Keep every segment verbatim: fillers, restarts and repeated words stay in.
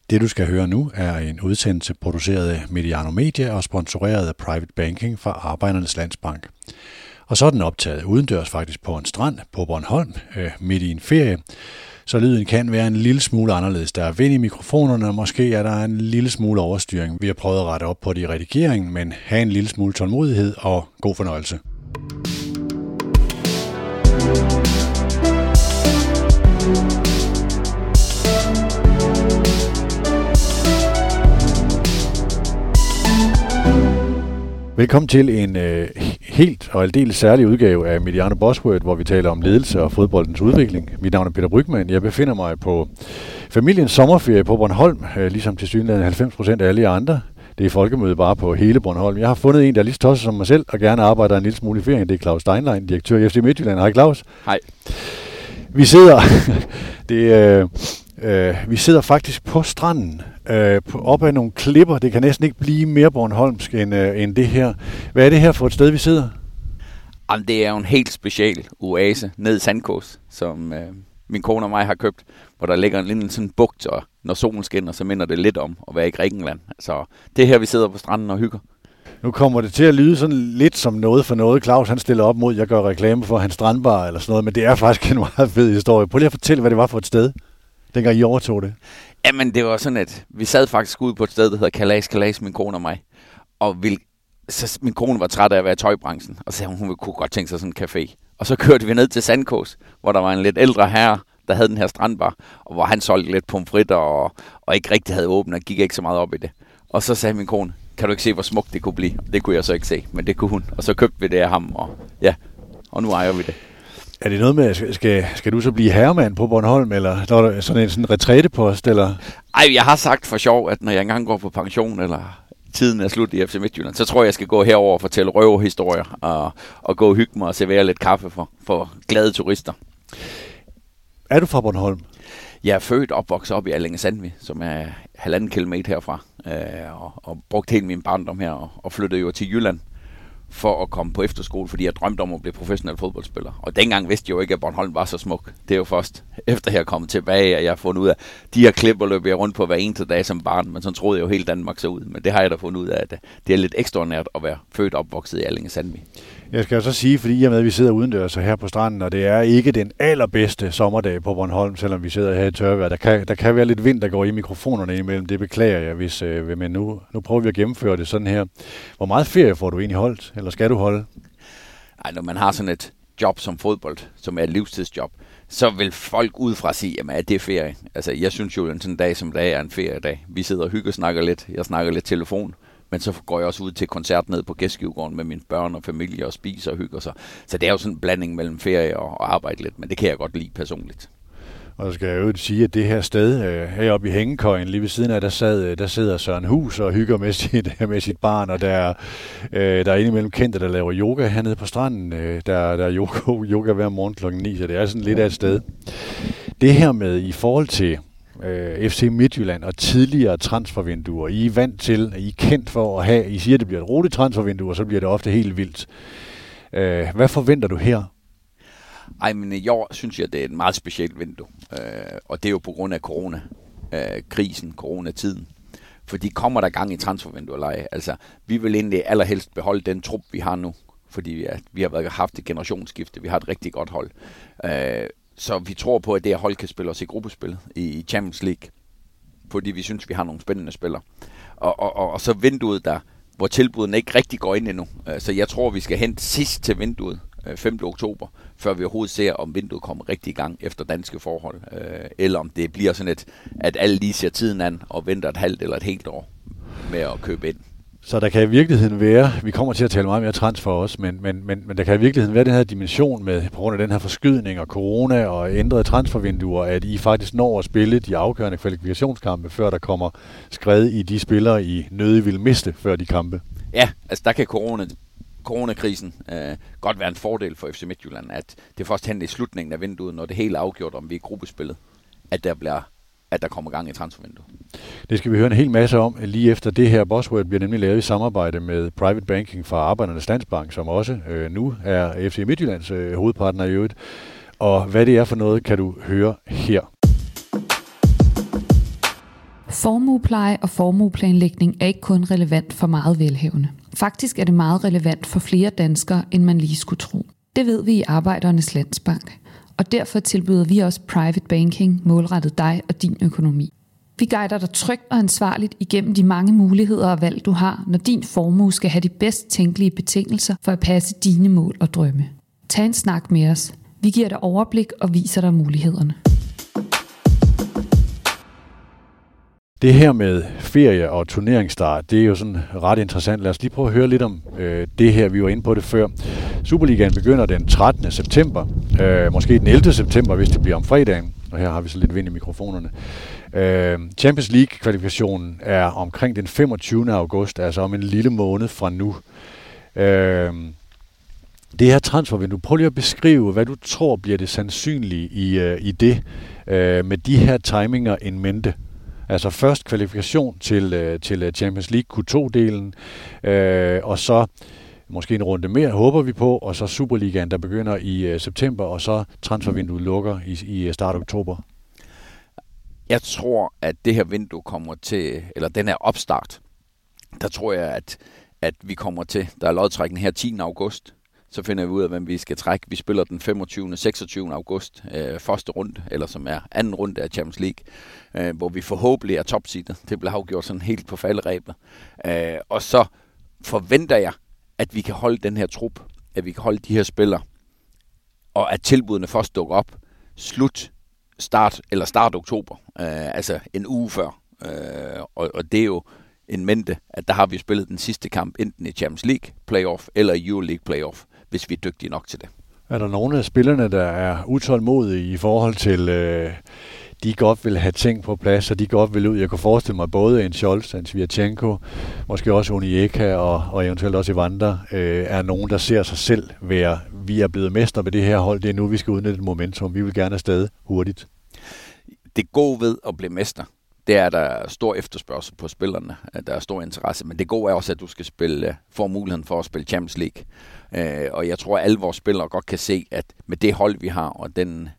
Det du skal høre nu er en udsendelse produceret af Mediano Media og sponsoreret af Private Banking fra Arbejdernes Landsbank. Og så er den optaget udendørs faktisk på en strand på Bornholm øh, midt i en ferie. Så lyden kan være en lille smule anderledes. Der er vind i mikrofonerne, og måske er der en lille smule overstyring. Vi har prøvet at rette op på det i redigeringen, men have en lille smule tålmodighed og god fornøjelse. Velkommen til en øh, helt og aldeles særlig udgave af Mediano Buzzword, hvor vi taler om ledelse og fodboldens udvikling. Mit navn er Peter Brygmann. Jeg befinder mig på familiens sommerferie på Bornholm, øh, ligesom tilsyneladende halvfems procent af alle andre. Det er folkemøde bare på hele Bornholm. Jeg har fundet en, der er lige så tosset som mig selv, og gerne arbejder en lille smule i ferien. Det er Claus Steinlein, direktør i F C Midtjylland. Hej Claus. Hej. Vi sidder... det, øh, øh, vi sidder faktisk på stranden, øh, på, op ad nogle klipper. Det kan næsten ikke blive mere bornholmsk end, øh, end det her. Hvad er det her for et sted, vi sidder? Jamen, det er jo en helt speciel oase ned i Sandkås, som øh, min kone og mig har købt, hvor der ligger en lille sådan bugt, og når solen skinner, så minder det lidt om at være i Grækenland. Så det er her, vi sidder på stranden og hygger. Nu kommer det til at lyde sådan lidt som noget for noget. Claus, han stiller op mod, jeg gør reklame for hans strandbar eller sådan noget, men det er faktisk en meget fed historie. Prøv lige at fortælle, hvad det var for et sted, dengang I overtog det. Jamen, det var sådan, at vi sad faktisk ude på et sted, der hedder Kalas Kalas, min kone og mig. Og vil, så min kone var træt af at være i tøjbranchen, og så sagde hun, hun kunne godt tænke sig sådan en café. Og så kørte vi ned til Sandkås, hvor der var en lidt ældre herre, der havde den her strandbar, og hvor han solgte lidt pomfritter og, og ikke rigtig havde åbent, og gik ikke så meget op i det. Og så sagde min kone, kan du ikke se, hvor smukt det kunne blive? Og det kunne jeg så ikke se, men det kunne hun. Og så købte vi det af ham, og ja, og nu ejer vi det. Er det noget med, skal, skal du så blive herremand på Bornholm, eller er der sådan en sådan retrætepost, eller? Ej, jeg har sagt for sjov, at når jeg engang går på pension, eller tiden er slut i F C Midtjylland, så tror jeg, jeg skal gå herover og fortælle røverhistorier, og, og gå og hygge mig og servere lidt kaffe for, for glade turister. Er du fra Bornholm? Jeg er født og opvokset op i Allinge Sandvig, som er halvanden kilometer herfra, øh, og, og brugt hele min barndom her, og, og flyttede jo til Jylland for at komme på efterskole, fordi jeg drømte om at blive professionel fodboldspiller. Og dengang vidste jeg jo ikke, at Bornholm var så smuk. Det er jo først efter jeg er kommet tilbage, at jeg har fundet ud af, de her klipper løber jeg rundt på hver eneste dag som barn, men så troede jeg jo hele Danmark så ud. Men det har jeg da fundet ud af, at det er lidt ekstraordinært at være født og opvokset i Allinge Sandvig. Jeg skal jo så sige, fordi jeg med, at vi sidder udendørs her på stranden, og det er ikke den allerbedste sommerdag på Bornholm, selvom vi sidder her i tørvejr. Der kan, der kan være lidt vind, der går i mikrofonerne imellem. Det beklager jeg, hvis, øh, men nu, nu prøver vi at gennemføre det sådan her. Hvor meget ferie får du egentlig holdt, eller skal du holde? Ej, når man har sådan et job som fodbold, som er et livstidsjob, så vil folk udefra sige, jamen er det ferie? Altså, jeg synes jo, en sådan dag som dag er en feriedag. Vi sidder og hygger og snakker lidt. Jeg snakker lidt telefon. Men så går jeg også ud til koncert ned på Gæstgivegården med mine børn og familie og spiser og hygger sig. Så det er jo sådan en blanding mellem ferie og arbejde lidt, men det kan jeg godt lide personligt. Og så skal jeg jo sige, at det her sted, øh, heroppe i Hængekøjen, lige ved siden af, der, sad, der sidder Søren Hus og hygger med sit, med sit barn, og der, øh, der er indimellem kendte, der laver yoga hernede på stranden. Øh, der, der er yoga, yoga hver morgen klokken ni, så det er sådan lidt af et sted. Det her med i forhold til F C Midtjylland og tidligere transfervinduer. I er vant til, I er kendt for at have, I siger, at det bliver et roligt transfervindue, og så bliver det ofte helt vildt. Hvad forventer du her? Ej, men i år synes jeg, det er et meget specielt vindue. Og det er jo på grund af corona-krisen, coronatiden. Fordi kommer der gang i transfervinduet? Altså, vi vil egentlig allerhelst beholde den trup, vi har nu. Fordi ja, vi har været, haft et generationsskifte. Vi har et rigtig godt hold. Så vi tror på, at det her hold kan spille os i gruppespillet i Champions League, fordi vi synes, vi har nogle spændende spillere. Og, og, og, og så vinduet der, hvor tilbudene ikke rigtig går ind endnu. Så jeg tror, vi skal hen sidst til vinduet, femte oktober, før vi overhovedet ser, om vinduet kommer rigtig i gang efter danske forhold. Eller om det bliver sådan et, at alle lige ser tiden an og venter et halvt eller et helt år med at købe ind. Så der kan i virkeligheden være, vi kommer til at tale meget mere transfer også, men, men, men, men der kan i virkeligheden være den her dimension med, på grund af den her forskydning og corona og ændrede transfervinduer, at I faktisk når at spille de afgørende kvalifikationskampe, før der kommer skred i de spillere, I nødig vil miste før de kampe. Ja, altså der kan corona, coronakrisen øh, godt være en fordel for F C Midtjylland, at det først hænder i slutningen af vinduet, når det hele er afgjort, om vi er gruppespillet, at der bliver at der kommer gang i transfervinduet. Det skal vi høre en hel masse om lige efter det her. Buzzword bliver nemlig lavet i samarbejde med Private Banking fra Arbejdernes Landsbank, som også øh, nu er F C Midtjyllands øh, hovedpartner i øvrigt. Og hvad det er for noget, kan du høre her. Formuepleje og formueplanlægning er ikke kun relevant for meget velhavende. Faktisk er det meget relevant for flere danskere, end man lige skulle tro. Det ved vi i Arbejdernes Landsbank, og derfor tilbyder vi også private banking målrettet dig og din økonomi. Vi guider dig trygt og ansvarligt igennem de mange muligheder og valg, du har, når din formue skal have de bedst tænkelige betingelser for at passe dine mål og drømme. Tag en snak med os. Vi giver dig overblik og viser dig mulighederne. Det her med ferie og turneringsstart, det er jo sådan ret interessant. Lad os lige prøve at høre lidt om øh, det her. Vi var inde på det før. Superligaen begynder den trettende september, øh, måske den ellevte september, hvis det bliver om fredagen. Og her har vi så lidt vind i mikrofonerne. Øh, Champions League-kvalifikationen er omkring den femogtyvende august, altså om en lille måned fra nu. Øh, det her transfervindue, prøv lige at beskrive, hvad du tror bliver det sandsynlige i, øh, i det, øh, med de her timinger in mente. Altså først kvalifikation til, øh, til Champions League Q to-delen, øh, og så måske en runde mere, håber vi på, og så Superligaen, der begynder i øh, september, og så transfervinduet lukker i, i start oktober. Jeg tror, at det her vindue kommer til, eller den her opstart, der tror jeg, at, at vi kommer til, der er lodtrækning her tiende august, så finder vi ud af, hvem vi skal trække. Vi spiller den femogtyvende og seksogtyvende august, øh, første runde, eller som er anden runde af Champions League, øh, hvor vi forhåbentlig er topseedet. Det bliver afgjort sådan helt på falderæbet. Øh, og så forventer jeg, at vi kan holde den her trup, at vi kan holde de her spillere, og at tilbudene først dukker op slut, start eller start oktober, øh, altså en uge før. Øh, og, og det er jo en mente, at der har vi spillet den sidste kamp, enten i Champions League playoff eller i Euro League playoff, hvis vi er dygtige nok til det. Er der nogle af spillerne, der er utålmodige i forhold til, øh, de godt vil have ting på plads, og de godt vil ud? Jeg kunne forestille mig både en Scholz, en Svirchenko, måske også Onyeka og, og eventuelt også Evander, øh, er nogen, der ser sig selv være, vi er blevet mestre ved det her hold, det er nu, vi skal udnytte et momentum, vi vil gerne afsted hurtigt. Det gode ved at blive mester, det er, der stor efterspørgsel på spillerne. Der er stor interesse, men det gode er også, at du skal spille, få muligheden for at spille Champions League. Øh, og jeg tror, at alle vores spillere godt kan se, at med det hold, vi har, og den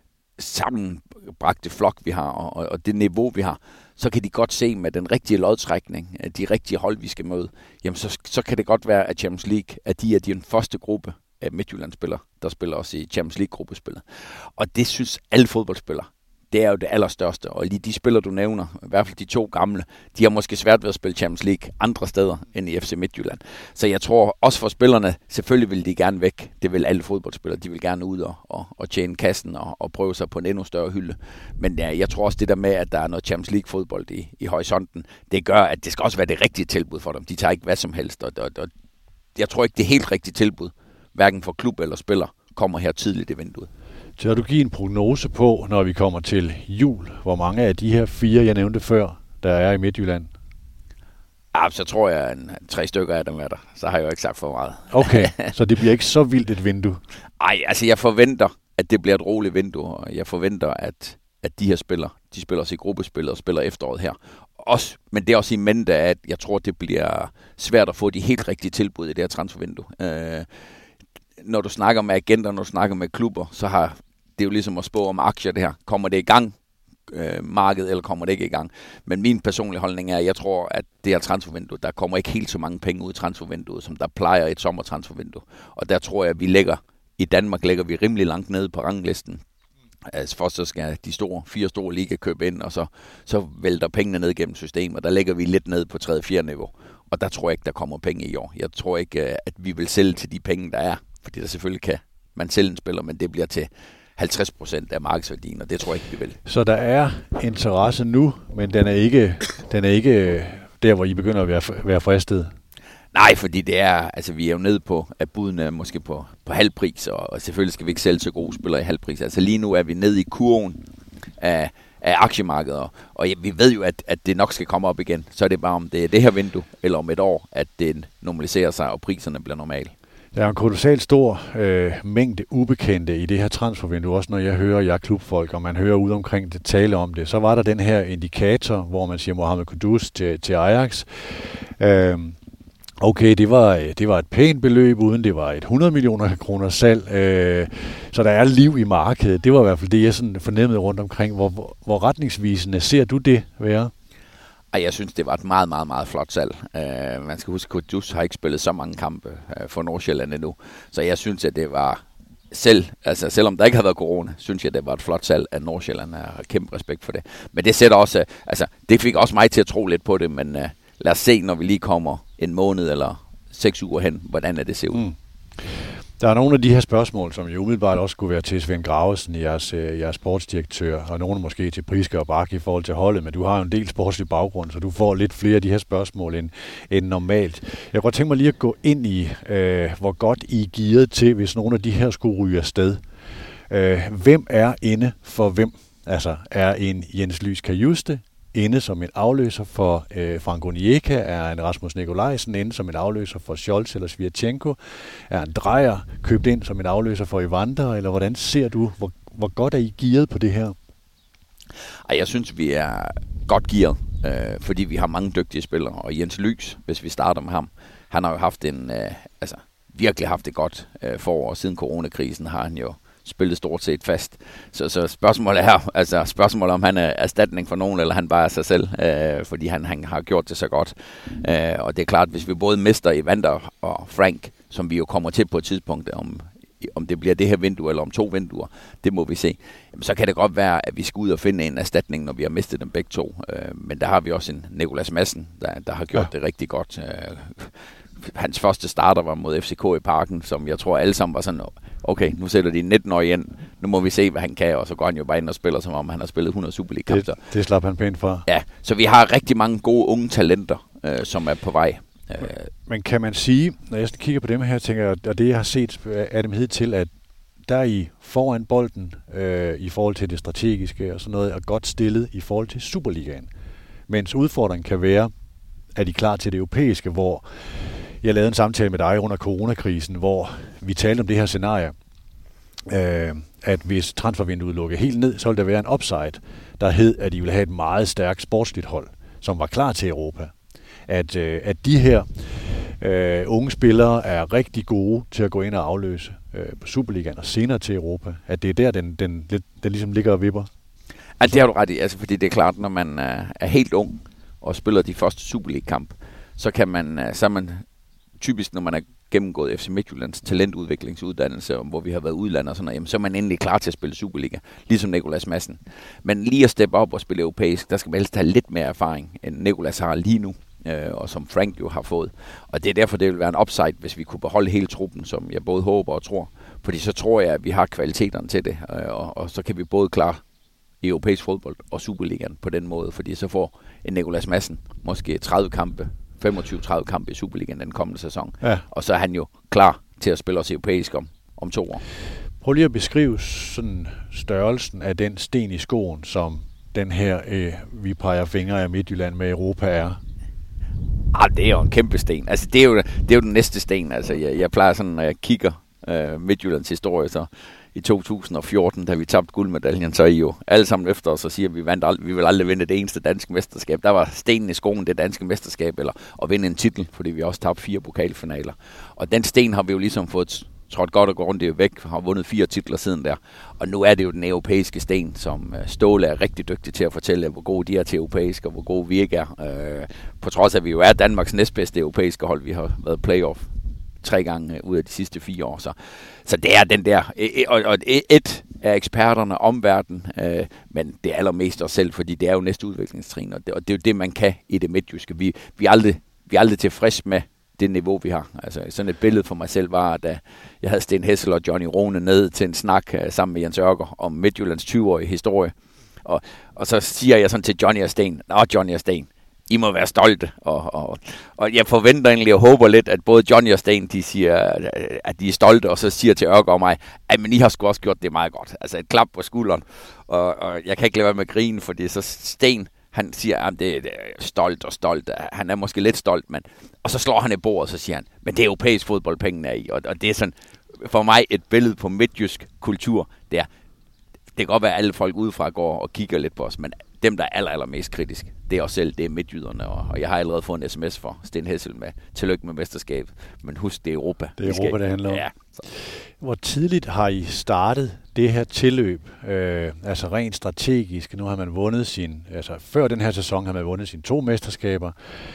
sammenbragte flok, vi har, og, og det niveau, vi har, så kan de godt se med den rigtige lodtrækning, de rigtige hold, vi skal møde, jamen så, så kan det godt være, at Champions League, at de er den første gruppe af Midtjylland-spillere, der spiller også i Champions League-gruppespillet. Og det synes alle fodboldspillere. Det er jo det allerstørste, og lige de spillere, du nævner, i hvert fald de to gamle, de har måske svært ved at spille Champions League andre steder end i F C Midtjylland. Så jeg tror også for spillerne, selvfølgelig vil de gerne væk. Det vil alle fodboldspillere. De vil gerne ud og, og, og tjene kassen og, og prøve sig på en endnu større hylde. Men ja, jeg tror også det der med, at der er noget Champions League fodbold i, i horisonten, det gør, at det skal også være det rigtige tilbud for dem. De tager ikke hvad som helst, og, og, og jeg tror ikke, det er helt rigtige tilbud, hverken for klub eller spiller, kommer her tidligt i vinduet. Så du give en prognose på, når vi kommer til jul, hvor mange af de her fire, jeg nævnte før, der er i Midtjylland? Ja, så tror jeg, at tre stykker af dem er der. Så har jeg jo ikke sagt for meget. Okay, så det bliver ikke så vildt et vindue? Ej, altså jeg forventer, at det bliver et roligt vindue, og jeg forventer, at, at de her spillere, de spiller også i gruppespillet og spiller efteråret her. Også, men det er også i mente, at jeg tror, det bliver svært at få de helt rigtige tilbud i det her transfervindue. Øh, når du snakker med agenter, når du snakker med klubber, så har det er jo ligesom at spå om aktier det her. Kommer det i gang, øh, markedet, eller kommer det ikke i gang? Men min personlige holdning er, at jeg tror, at det her transfervindue, der kommer ikke helt så mange penge ud i transfervinduet, som der plejer et sommertransfervindue. Og der tror jeg, at vi ligger, i Danmark ligger vi rimelig langt nede på ranglisten. Altså først så skal de store, fire store liga købe ind, og så, så vælter pengene ned gennem systemet. Der ligger vi lidt ned på tredje fjerde niveau. Og der tror jeg ikke, der kommer penge i år. Jeg tror ikke, at vi vil sælge til de penge, der er. Fordi der selvfølgelig kan man sælge en spiller, men det bliver til halvtreds procent af markedsværdien, og det tror jeg ikke, vi vil. Så der er interesse nu, men den er ikke, den er ikke der, hvor I begynder at være, være fristet? Nej, fordi det er, altså vi er jo nede på, at budene er måske på, på halv pris, og, og selvfølgelig skal vi ikke sælge så gode spillere i halv pris. Altså lige nu er vi nede i kurven af, af aktiemarkedet, og, og ja, vi ved jo, at, at det nok skal komme op igen. Så er det bare, om det er det her vindue, eller om et år, at det normaliserer sig, og priserne bliver normale. Der er en kolossalt stor øh, mængde ubekendte i det her transfervindue, også når jeg hører jer klubfolk, og man hører ud omkring det tale om det. Så var der den her indikator, hvor man siger Mohamed Kudus til, til Ajax. Øh, okay, det var, det var et pænt beløb, uden det var et hundrede millioner kroner salg. Øh, så der er liv i markedet. Det var i hvert fald det, jeg sådan fornemmede rundt omkring. Hvor, hvor, hvor retningsvisende ser du det være? Ej, jeg synes, det var et meget, meget, meget flot salg. Uh, man skal huske, at Kudus har ikke spillet så mange kampe uh, for Nordsjælland endnu. Så jeg synes, at det var selv, altså selvom der ikke havde været corona, synes jeg, det var et flot salg af Nordsjælland. Jeg har kæmpe respekt for det. Men det sætter også, uh, altså det fik også mig til at tro lidt på det, men uh, lad os se, når vi lige kommer en måned eller seks uger hen, hvordan er det ser ud. Mm. Der er nogle af de her spørgsmål, som jo umiddelbart også skulle være til Svend Gravesen, jeres, jeres sportsdirektør, og nogle måske til Priske og Bak i forhold til holdet, men du har jo en del sportslig baggrund, så du får lidt flere af de her spørgsmål end, end normalt. Jeg kunne godt tænke mig lige at gå ind i, øh, hvor godt I er gearet til, hvis nogle af de her skulle ryge afsted. Øh, hvem er inde for hvem? Altså, er en Jens Lys Kajuste inde som en afløser for øh, Frank Onyeka, er en Rasmus Nikolajsen inde som en afløser for Scholz eller Svirchenko, er en Drejer købt ind som en afløser for Evander, eller hvordan ser du, hvor, hvor godt er I gearet på det her? Ej, jeg synes, vi er godt gearet, øh, fordi vi har mange dygtige spillere, og Jens Lys, hvis vi starter med ham, han har jo haft en, øh, altså virkelig haft det godt øh, forår. Siden coronakrisen har han jo spillet stort set fast. Så, så spørgsmålet er, altså spørgsmålet om han er erstatning for nogen, eller han bare er sig selv, øh, fordi han, han har gjort det så godt. Øh, og det er klart, hvis vi både mister Evander og Frank, som vi jo kommer til på et tidspunkt, om, om det bliver det her vindue, eller om to vinduer, det må vi se. Jamen, så kan det godt være, at vi skal ud og finde en erstatning, når vi har mistet dem begge to. Øh, men der har vi også en Nicolas Madsen, der, der har gjort ja. det rigtig godt. Øh, hans første starter var mod F C K i Parken, som jeg tror alle sammen var sådan, okay, nu sætter de nitten år igen, nu må vi se, hvad han kan, og så går han jo bare ind og spiller, som om han har spillet hundrede Superliga-kampe. Det, det slap han pænt fra. Ja, så vi har rigtig mange gode unge talenter, øh, som er på vej. Øh. Men kan man sige, når jeg kigger på dem her, tænker jeg, og det jeg har set af dem hed til, at der er I foran bolden øh, i forhold til det strategiske og sådan noget, er godt stillet i forhold til Superligaen. Mens udfordringen kan være, at I klar til det europæiske, hvor jeg lavede en samtale med dig under coronakrisen, hvor vi talte om det her scenarie, øh, at hvis transfervinduet lukkede helt ned, så ville der være en upside, der hed, at I ville have et meget stærkt sportsligt hold, som var klar til Europa. At, øh, at de her øh, unge spillere er rigtig gode til at gå ind og afløse øh, på Superligaen og senere til Europa. At det er der, den, den, den, den ligesom ligger og vipper. Altså, det har du ret i, altså, fordi det er klart, når man er, er helt ung og spiller de første Superliga-kamp, så kan man, så man typisk, når man er gennemgået F C Midtjyllands talentudviklingsuddannelse, hvor vi har været udlandet og sådan noget, jamen, så er man endelig klar til at spille Superliga, ligesom Nicolas Madsen. Men lige at steppe op og spille europæisk, der skal man helst have lidt mere erfaring, end Nicolas har lige nu, øh, og som Frank jo har fået. Og det er derfor, det vil være en upside, hvis vi kunne beholde hele truppen, som jeg både håber og tror. Fordi så tror jeg, at vi har kvaliteterne til det, øh, og, og så kan vi både klare europæisk fodbold og Superligaen på den måde, fordi så får en Nicolas Madsen måske tredive kampe, femogtyve tredive kampe i Superligaen den kommende sæson. Ja. Og så er han jo klar til at spille os europæisk om, om to år. Prøv lige at beskrive sådan størrelsen af den sten i skoen, som den her, øh, vi peger fingre af Midtjylland med Europa er. Ah, det er jo en kæmpe sten. Altså, det er jo, det er jo den næste sten. Altså, jeg, jeg plejer sådan, når jeg kigger øh, Midtjyllands historie, så i to tusind og fjorten, da vi tabte guldmedaljen, så er I jo alle sammen efter os og siger, at vi, vandt ald- vi vil aldrig vinde det eneste danske mesterskab. Der var stenen i skoen det danske mesterskab, eller at vinde en titel, fordi vi også tabte fire pokalfinaler. Og den sten har vi jo ligesom fået trådt godt og grundigt væk, har vundet fire titler siden der. Og nu er det jo den europæiske sten, som Ståle er rigtig dygtig til at fortælle, hvor gode de er til europæisk, og hvor gode vi ikke er. Øh, på trods af, at vi jo er Danmarks næstbedste europæiske hold, vi har været playoff tre gange ud af de sidste fire år. Så, så det er den der, og, og et af eksperterne om verden, øh, men det er allermest os selv, fordi det er jo næste udviklingstrin, og det, og det er jo det, man kan i det midtjyske. Vi, vi, er aldrig, vi er aldrig tilfreds med det niveau, vi har. Altså sådan et billede for mig selv var, da jeg havde Sten Hessel og Johnny Rone ned til en snak uh, sammen med Jens Ørger om Midtjyllands tyve-årige historie. Og, og så siger jeg sådan til Johnny og Sten, Nå, Johnny og Sten, I må være stolte. Og, og, og jeg forventer egentlig og håber lidt, at både Johnny og Sten, de siger, at de er stolte, og så siger til Ørger og mig, at men I har sgu også gjort det meget godt. Altså et klap på skulderen. Og, og jeg kan ikke lade være med at grine, fordi så Sten, han siger, at det er stolt og stolt. Han er måske lidt stolt, men... Og så slår han i bordet, og så siger han, men det er europæisk fodbold, pengene er i. Og, og det er sådan, for mig, et billede på midtjysk kultur. Det er, det kan godt være, at alle folk udefra går og kigger lidt på os, men dem, der er aller, aller mest kritisk, det er os selv, det er midtjyderne. Og, og jeg har allerede fået en sms for Sten Hessel med tillykke med mesterskabet. Men husk, det er Europa. Det er Europa, det handler om. Ja. Hvor tidligt har I startet det her tilløb, øh, altså rent strategisk, nu har man vundet sin, altså før den her sæson har man vundet sine to mesterskaber,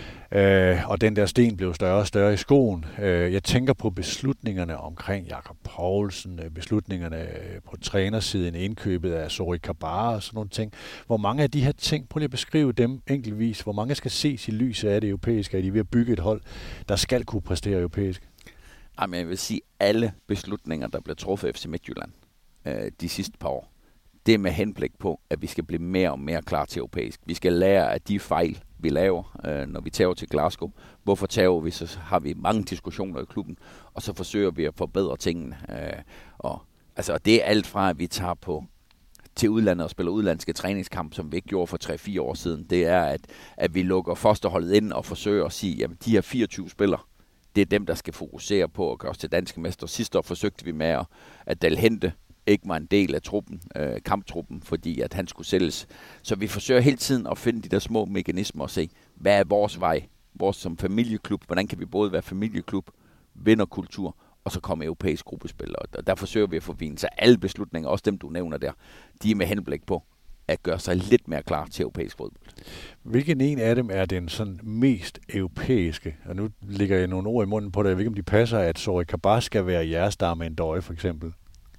øh, og den der sten blev større og større i skoen. Øh, jeg tænker på beslutningerne omkring Jakob Poulsen, beslutningerne på trænersiden, indkøbet af Zoe Kabara og sådan nogle ting. Hvor mange af de her ting, prøv lige at beskrive dem enkeltvis, hvor mange skal ses i lyset af det europæiske, at de er ved at bygge et hold, der skal kunne præstere europæisk? Jamen, jeg vil sige, alle beslutninger, der bliver truffet af F C Midtjylland øh, de sidste par år, det er med henblik på, at vi skal blive mere og mere klar til europæisk. Vi skal lære af de fejl, vi laver, øh, når vi tager til Glasgow. Hvorfor tager vi, så har vi mange diskussioner i klubben, og så forsøger vi at forbedre tingene. Øh, og, altså, det er alt fra, at vi tager på til udlandet og spiller udlandske træningskamp, som vi ikke gjorde for tre fire år siden. Det er, at, at vi lukker fosterholdet ind og forsøger at sige, at de her fireogtyve spillere, det er dem, der skal fokusere på at gøre os til danske mester. Sidste år forsøgte vi med, at, at Dal Hente ikke var en del af truppen, øh, kamptruppen, fordi at han skulle sælges. Så vi forsøger hele tiden at finde de der små mekanismer og se, hvad er vores vej, vores som familieklub, hvordan kan vi både være familieklub, vinderkultur, og så komme europæisk gruppespil. Og der forsøger vi at få vinen. Så alle beslutninger, også dem du nævner der, de er med henblik på at gøre sig lidt mere klar til europæisk fodbold. Hvilken en af dem er den sådan mest europæiske? Og nu ligger jeg nogle ord i munden på det. Jeg ved ikke, om de passer, at Zoe Kabara skal være jeres der med en døje, for eksempel.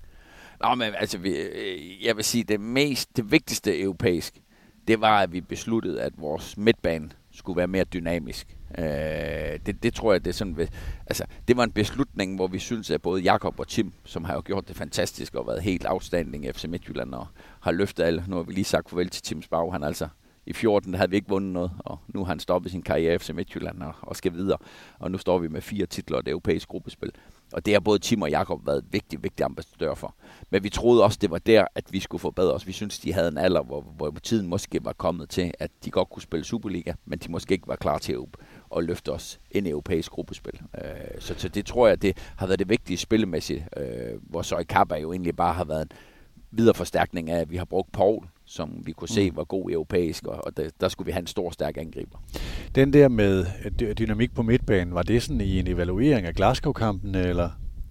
Nå, men altså, vi, jeg vil sige, det mest, det vigtigste europæisk, det var, at vi besluttede, at vores midtbane skulle være mere dynamisk. Øh, det, det tror jeg, det er sådan, altså, det var en beslutning, hvor vi synes, at både Jakob og Tim, som har jo gjort det fantastisk og været helt outstanding i F C Midtjylland og har løftet alle. Nu har vi lige sagt farvel til Tim Spau. Han altså i fjorten, der havde vi ikke vundet noget, og nu har han stoppet sin karriere i F C Midtjylland og, og skal videre. Og nu står vi med fire titler og det europæiske gruppespil. Og det har både Tim og Jakob været vigtig, vigtig ambassadør for. Men vi troede også, det var der, at vi skulle forbedre os. Vi synes, de havde en alder, hvor, hvor tiden måske var kommet til, at de godt kunne spille Superliga, men de måske ikke var klar til at, at løfte os ind i europæisk gruppespil. Så, så det tror jeg, det har været det vigtige spillemæssigt, hvor Zoe Kabara jo egentlig bare har været en videre forstærkning af, at vi har brugt Paul, som vi kunne se var god europæisk, og der, der skulle vi have en stor, stærk angriber. Den der med dynamik på midtbanen, var det sådan i en evaluering af Glasgow-kampen, eller?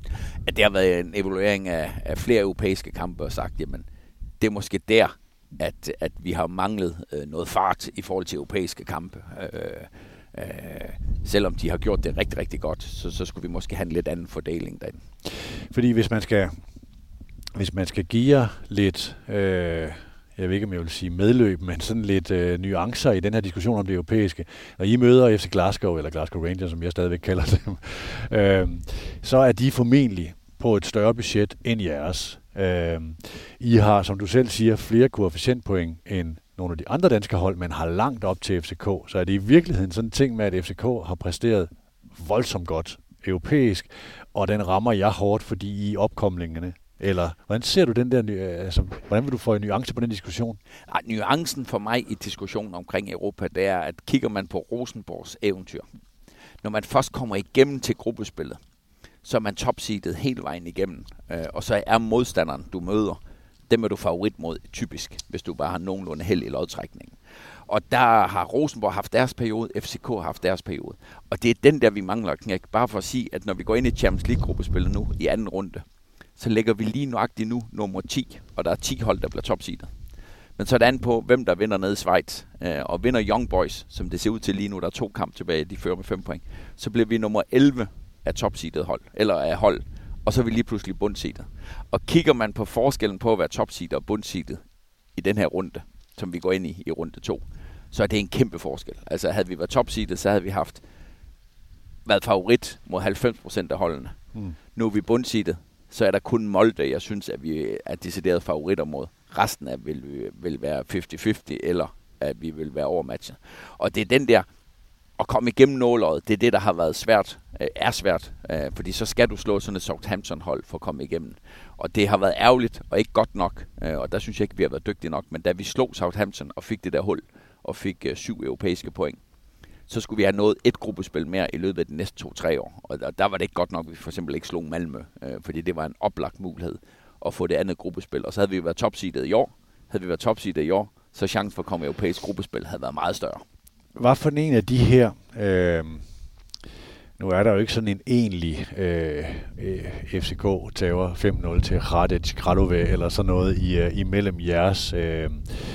At det har været en evaluering af, af flere europæiske kampe og sagt, jamen, det er måske der, at, at vi har manglet øh, noget fart i forhold til europæiske kampe. Øh, øh, selvom de har gjort det rigtig, rigtig godt, så, så skulle vi måske have en lidt anden fordeling derinde. Fordi hvis man skal, hvis man skal give jer lidt... Øh jeg ved ikke, om jeg vil sige medløb, men sådan lidt øh, nuancer i den her diskussion om det europæiske. Når I møder F C Glasgow, eller Glasgow Rangers, som jeg stadigvæk kalder dem, øh, så er de formentlig på et større budget end jeres. Øh, I har, som du selv siger, flere koefficientpoint end nogle af de andre danske hold, men har langt op til F C K. Så er det i virkeligheden sådan en ting med, at F C K har præsteret voldsomt godt europæisk, og den rammer jeg hårdt, fordi I opkomlingerne. Eller hvordan ser du den der, altså, hvordan vil du få en nuance på den diskussion? Nej, nuancen for mig i diskussionen omkring Europa, det er, at kigger man på Rosenborgs eventyr. Når man først kommer igennem til gruppespillet, så er man topseedet hele vejen igennem. Øh, og så er modstanderen, du møder, dem er du favorit mod typisk, hvis du bare har nogenlunde held i lodtrækningen. Og der har Rosenborg haft deres periode, F C K har haft deres periode. Og det er den der, vi mangler knæk. Bare for at sige, at når vi går ind i Champions League-gruppespillet nu i anden runde, så ligger vi lige nøjagtigt nu nummer ti, og der er ti hold, der bliver topseedet. Men så er det an på, hvem der vinder nede i Schweiz. Og vinder Young Boys, som det ser ud til lige nu, der er to kampe tilbage, de fører med fem point, så bliver vi nummer elleve af topseedet hold, eller af hold, og så er vi lige pludselig bundseedet. Og kigger man på forskellen på at være topseedet og bundseedet i den her runde, som vi går ind i i runde to, så er det en kæmpe forskel. Altså havde vi været topseedet, så havde vi haft været favorit mod halvfems procent af holdene. Mm. Nu er vi bundseedet, så er der kun Molde, jeg synes, at vi er decideret favoritter mod. Resten af vil, vil være halvtreds halvtreds, eller at vi vil være overmatchet. Og det er den der, at komme igennem nåløjet, det er det, der har været svært, er svært, fordi så skal du slå sådan et Southampton-hold for at komme igennem. Og det har været ærgerligt, og ikke godt nok, og der synes jeg ikke, vi har været dygtige nok, men da vi slog Southampton og fik det der hul, og fik syv europæiske point, så skulle vi have nået et gruppespil mere i løbet af de næste to-tre år. Og der var det ikke godt nok, at vi for eksempel ikke slog Malmø, øh, fordi det var en oplagt mulighed at få det andet gruppespil. Og så havde vi været topseedet i år. Havde vi været topseedet i år, så chancen for at komme i europæisk gruppespil havde været meget større. Hvad for en af de her... Øh Nu er der jo ikke sådan en egentlig øh, F C K tager fem nul til Hradec Kralove eller sådan noget i, uh, imellem jeres, øh,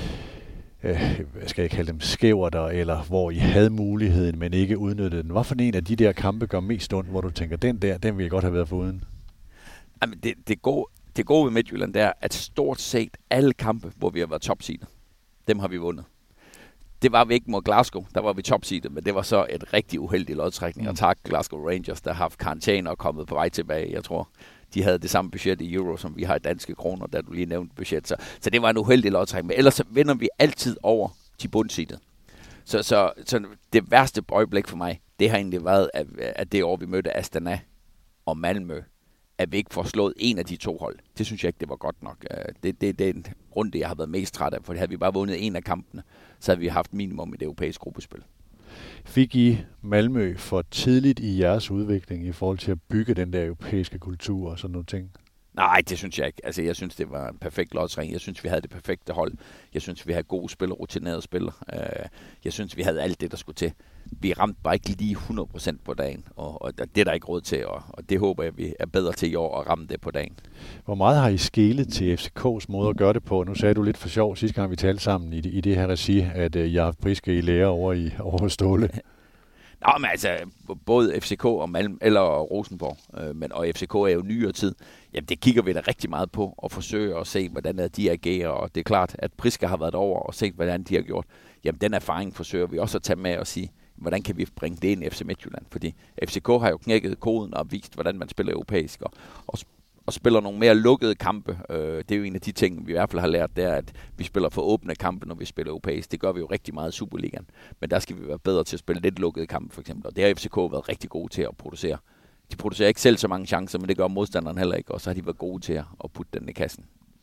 øh, hvad skal jeg kalde dem, skæverter, eller hvor I havde muligheden, men ikke udnyttede den. Hvad for en af de der kampe gør mest ondt, hvor du tænker, den der, den vil jeg godt have været foruden? Jamen, det, det, gode, det gode ved Midtjylland, det er, at stort set alle kampe, hvor vi har været topseedet, dem har vi vundet. Det var vi ikke mod Glasgow, der var vi topseedet, men det var så et rigtig uheldigt lodtrækning. Mm. Og tak Glasgow Rangers, der har haft karantæne og kommet på vej tilbage. Jeg tror, de havde det samme budget i euro, som vi har i danske kroner, da du lige nævnte budget. Så, så det var en uheldig lodtrækning. Men ellers så vinder vi altid over de bundseedet. Så, så, så det værste øjeblik for mig, det har egentlig været, at, at det år, vi mødte Astana og Malmö, at vi ikke får slået en af de to hold. Det synes jeg ikke, det var godt nok. Det, det, det er en runde, jeg har været mest træt af, for havde vi bare vundet en af kampene, så havde vi haft minimum i det europæiske gruppespil. Fik I Malmö for tidligt i jeres udvikling i forhold til at bygge den der europæiske kultur og sådan nogle ting? Nej, det synes jeg ikke. Altså, jeg synes, det var en perfekt lodtrækning. Jeg synes, vi havde det perfekte hold. Jeg synes, vi havde gode spillere, rutinerede spillere. Jeg synes, vi havde alt det, der skulle til. Vi ramte bare ikke lige hundrede procent på dagen, og, og det er der ikke råd til, og, og det håber jeg, vi er bedre til i år at ramme det på dagen. Hvor meget har I skelet til F C K's måde at gøre det på? Nu sagde du lidt for sjov sidste gang, vi talte sammen i det, i det her regi, at uh, jeg har haft Priske i lære over i over Ståle. Nå, men altså, både F C K og Malm, eller Rosenborg, øh, men, og F C K er jo nyere tid, jamen det kigger vi da rigtig meget på, og forsøger at se, hvordan de agerer, og det er klart, at Priske har været over og set, hvordan de har gjort. Jamen den erfaring forsøger vi også at tage med og sige, hvordan kan vi bringe det ind i F C Midtjylland? Fordi F C K har jo knækket koden og vist, hvordan man spiller europæisk, og, og, og spiller nogle mere lukkede kampe. Øh, det er jo en af de ting, vi i hvert fald har lært, det er, at vi spiller for åbne kampe, når vi spiller europæisk. Det gør vi jo rigtig meget i Superligaen. Men der skal vi være bedre til at spille lidt lukkede kampe, for eksempel. Og det har F C K været rigtig gode til at producere. De producerer ikke selv så mange chancer, men det gør modstanderen heller ikke, og så har de været gode til at putte den i kassen.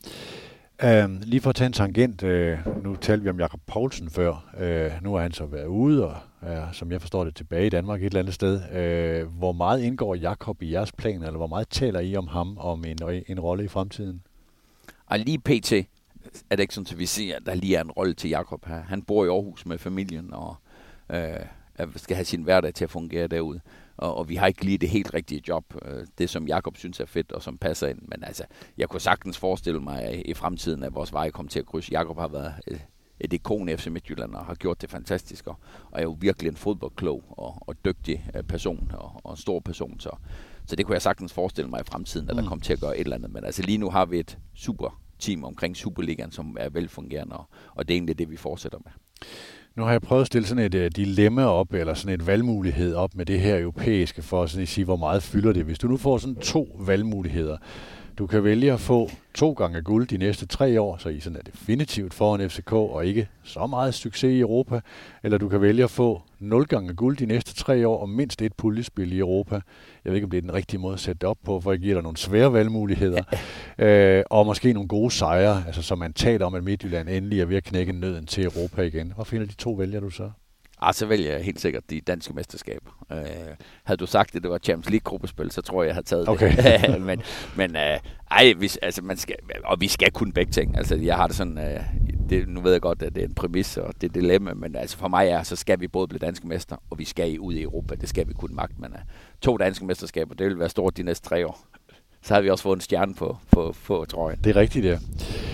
Uh, lige for at tage en tangent, uh, nu talte vi om Jakob Poulsen før, uh, nu er han så været ude, og er, som jeg forstår det, tilbage i Danmark et eller andet sted. Uh, hvor meget indgår Jakob i jeres plan, eller hvor meget taler I om ham, om en, en rolle i fremtiden? Og lige pt. Er det ikke sådan, at vi siger, at der lige er en rolle til Jakob her. Han bor i Aarhus med familien, og uh, skal have sin hverdag til at fungere derude. Og, og vi har ikke lige det helt rigtige job, øh, det som Jakob synes er fedt og som passer ind. Men altså, jeg kunne sagtens forestille mig at i fremtiden, at vores veje kommer til at krydse. Jakob har været et, et ikon i F C Midtjylland og har gjort det fantastisk, og, og er jo virkelig en fodboldklog og, og dygtig person og, og en stor person. Så, så det kunne jeg sagtens forestille mig i fremtiden, at der kommer til at gøre et eller andet. Men altså lige nu har vi et super team omkring Superligaen, som er velfungerende, og, og det er egentlig det, vi fortsætter med. Nu har jeg prøvet at stille sådan et uh, dilemma op, eller sådan et valgmulighed op med det her europæiske, for sådan at sige, hvor meget fylder det. Hvis du nu får sådan to valgmuligheder, du kan vælge at få to gange guld de næste tre år, så I sådan er definitivt foran F C K, og ikke så meget succes i Europa, eller du kan vælge at få nul gange guld de næste tre år, og mindst et puljespil i Europa. Jeg ved ikke, om det er den rigtige måde at sætte det op på, for jeg giver dig nogle svære valgmuligheder, øh, og måske nogle gode sejre, altså som man taler om, at Midtjylland endelig er ved at knække nøden til Europa igen. Hvor finder de to vælger du så? Ah, så vælger jeg helt sikkert de danske mesterskaber. Øh, havde du sagt, at det var Champions League-gruppespil, så tror jeg, jeg havde taget okay. det. men men øh, ej, vi, altså, man skal, og vi skal kunne begge ting. Altså, jeg har det sådan, øh, det, nu ved jeg godt, at det er en præmis, og det er et dilemma, men altså, for mig er, så skal vi både blive danske mester, og vi skal ud i Europa. Det skal vi kunne magte. Men øh, to danske mesterskaber, det vil være stort de næste tre år. Så har vi også fået en stjerne på, på, på trøjen. Det er rigtigt, ja.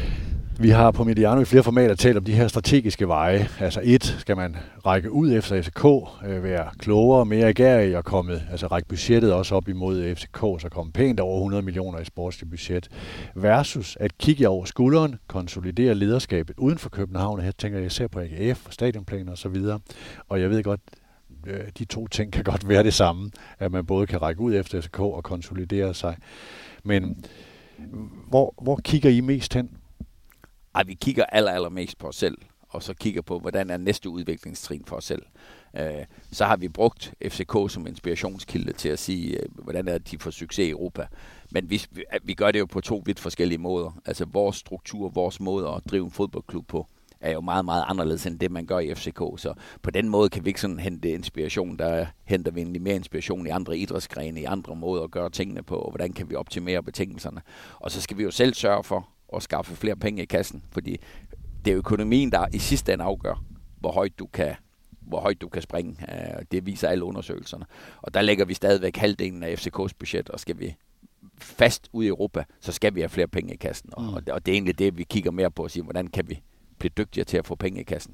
Vi har på Mediano i flere formater talt om de her strategiske veje. Altså et, skal man række ud efter F C K, øh, være klogere, mere agerig og komme, altså række budgettet også op imod F C K, så komme pænt over hundrede millioner i sportsligt budget. Versus at kigge over skulderen, konsolidere lederskabet uden for København. Her tænker jeg især på A G F, stadionplaner osv. Og jeg ved godt, øh, de to ting kan godt være det samme, at man både kan række ud efter F C K og konsolidere sig. Men hvor, hvor kigger I mest hen? Ej, vi kigger aller, allermest på os selv, og så kigger på, hvordan er næste udviklingstrin for os selv. Øh, så har vi brugt F C K som inspirationskilde til at sige, øh, hvordan er de får succes i Europa. Men vi, vi gør det jo på to vidt forskellige måder. Altså vores struktur, vores måde at drive en fodboldklub på, er jo meget, meget anderledes end det, man gør i F C K. Så på den måde kan vi ikke sådan hente inspiration. Der henter vi egentlig mere inspiration i andre idrætsgrene, i andre måder at gøre tingene på, og hvordan kan vi optimere betingelserne. Og så skal vi jo selv sørge for og skaffe flere penge i kassen, fordi det er økonomien, der i sidste ende afgør, hvor højt du kan, hvor højt du kan springe. Øh, det viser alle undersøgelserne. Og der lægger vi stadigvæk halvdelen af F C K's budget, og skal vi fast ud i Europa, så skal vi have flere penge i kassen. Mm. Og, og det er egentlig det, vi kigger mere på og siger, hvordan kan vi blive dygtigere til at få penge i kassen.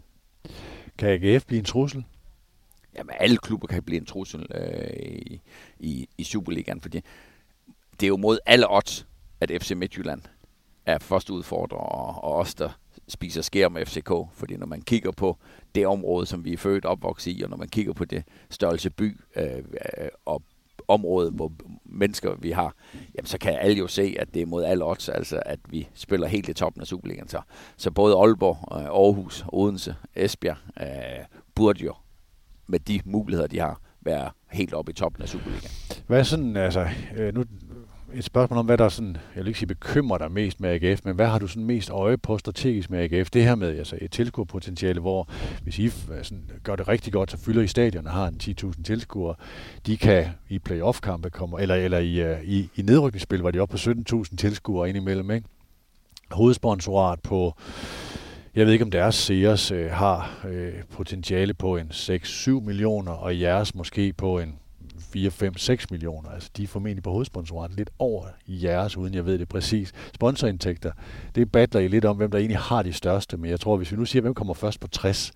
Kan A G F blive en trussel? Jamen, alle klubber kan blive en trussel øh, i, i, i Superligaen, fordi det er jo mod alle odds, at F C Midtjylland er første udfordrer, og, og os, der spiser skær med F C K. Fordi når man kigger på det område, som vi er født opvokset i, og når man kigger på det størrelse by øh, og område, hvor mennesker vi har, jamen, så kan alle jo se, at det er mod alle odds, altså at vi spiller helt i toppen af Superligaen. Så, så både Aalborg, Aarhus, Odense, Esbjerg øh, burde jo med de muligheder, de har, være helt oppe i toppen af Superligaen. Hvad er sådan, altså, nu et spørgsmål om, hvad der sådan, jeg vil ikke sige bekymrer dig mest med A G F, men hvad har du sådan mest øje på strategisk med A G F? Det her med altså et tilskuerpotentiale, hvor hvis I sådan, gør det rigtig godt, så fylder I stadion og har en ti tusind tilskuere. De kan i playoff-kampe komme, eller, eller i, i, i nedrykningsspil, var de oppe på sytten tusind tilskuere indimellem, ikke? Hovedsponsorat på, jeg ved ikke om deres Sears øh, har øh, potentiale på en seks syv millioner, og jeres måske på en fire fem seks millioner. Altså de er formentlig på hovedsponsorat lidt over jeres, uden jeg ved det præcis. Sponsorindtægter, det battler I lidt om, hvem der egentlig har de største, men jeg tror, hvis vi nu siger, hvem kommer først på tres,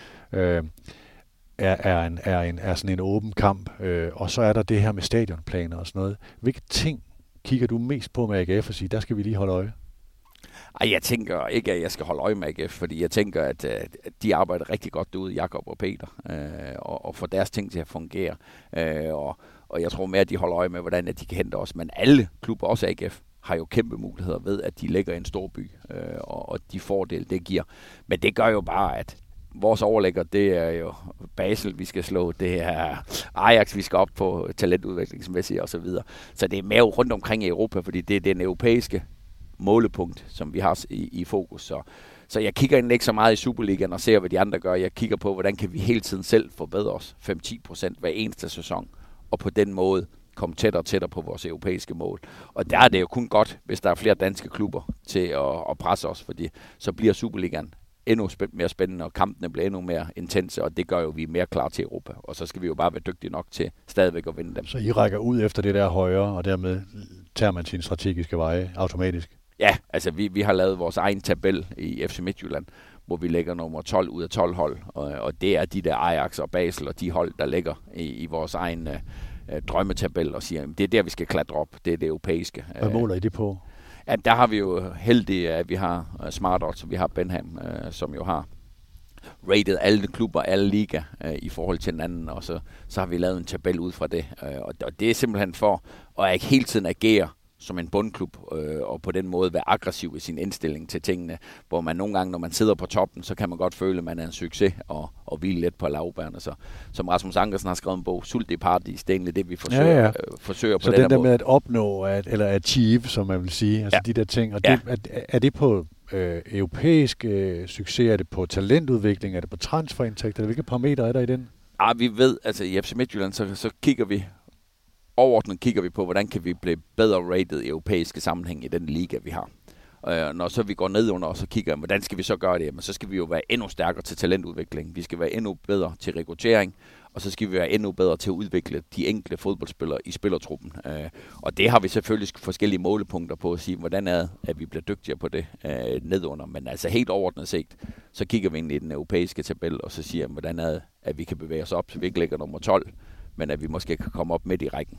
øh, er, er, en, er, en, er sådan en åben kamp, øh, og så er der det her med stadionplaner og sådan noget. Hvilke ting kigger du mest på med A G F og siger, der skal vi lige holde øje? Ej, jeg tænker ikke, at jeg skal holde øje med A G F, fordi jeg tænker, at, at de arbejder rigtig godt derude, Jakob og Peter, øh, og, og får deres ting til at fungere. Øh, og, og jeg tror mere, at de holder øje med, hvordan at de kan hente os. Men alle klubber, også A G F, har jo kæmpe muligheder ved, at de ligger i en stor by, øh, og, og de fordele, det giver. Men det gør jo bare, at vores overlægger, det er jo Basel, vi skal slå, det er Ajax, vi skal op på talentudviklingsmæssigt og så videre. Så det er mere rundt omkring i Europa, fordi det er den europæiske målepunkt, som vi har i, i fokus. Så, så jeg kigger egentlig ikke så meget i Superligaen og ser, hvad de andre gør. Jeg kigger på, hvordan kan vi hele tiden selv forbedre os fem til ti procent hver eneste sæson, og på den måde komme tættere og tættere på vores europæiske mål. Og der er det jo kun godt, hvis der er flere danske klubber til at, at presse os, fordi så bliver Superligaen endnu spænd- mere spændende, og kampene bliver endnu mere intense, og det gør jo, at vi er mere klar til Europa. Og så skal vi jo bare være dygtige nok til stadigvæk at vinde dem. Så I rækker ud efter det der højre, og dermed tager man sine strategiske veje automatisk? Ja, altså vi, vi har lavet vores egen tabel i F C Midtjylland, hvor vi lægger nummer tolv ud af tolv hold, og, og det er de der Ajax og Basel og de hold, der ligger i, i vores egen øh, drømmetabel, og siger, at det er der, vi skal klatre op. Det er det europæiske. Hvad måler I det på? Ja, der har vi jo heldige, at vi har uh, Smart Odds, vi har Benham, uh, som jo har rated alle klubber, alle liga uh, i forhold til hinanden, og så, så har vi lavet en tabel ud fra det. Uh, og, og det er simpelthen for at hele tiden agere som en bundklub, øh, og på den måde være aggressiv i sin indstilling til tingene, hvor man nogle gange, når man sidder på toppen, så kan man godt føle, at man er en succes, og, og hvile lidt på lavbærene. Så som Rasmus Ankersen har skrevet en bog, Sult i Paradis, det er egentlig det, vi forsøger, ja, ja. Øh, forsøger på så den den der måde. med at opnå, at, eller achieve, som man vil sige, altså ja. De der ting, og ja. det, er, er det på øh, europæisk øh, succes, er det på talentudvikling, er det på transferindtægter, hvilke parametre er der i den? Ja, vi ved, altså i F C Midtjylland, så, så kigger vi overordnet kigger vi på, hvordan kan vi blive bedre rated i europæiske sammenhæng i den liga, vi har. Og når så vi går ned under, og så kigger, hvordan skal vi så gøre det? Jamen, så skal vi jo være endnu stærkere til talentudvikling. Vi skal være endnu bedre til rekruttering, og så skal vi være endnu bedre til at udvikle de enkelte fodboldspillere i spillertruppen. Og det har vi selvfølgelig forskellige målepunkter på at sige, hvordan er, at vi bliver dygtigere på det nedunder. Men altså helt overordnet set, så kigger vi ind i den europæiske tabel, og så siger, hvordan er, at vi kan bevæge os op, så vi ikke ligger nummer tolv, men at vi måske kan komme op midt i rækken.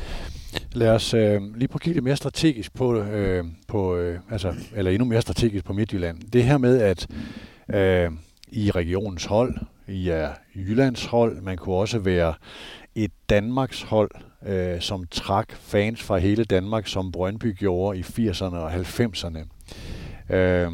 Lad os øh, lige prøve at kigge lidt mere strategisk på, øh, på øh, altså, eller endnu mere strategisk på Midtjylland. Det her med, at øh, I regionens hold, I er Jyllands hold, man kunne også være et Danmarks hold, øh, som trak fans fra hele Danmark, som Brøndby gjorde i firserne og halvfemserne. Øh,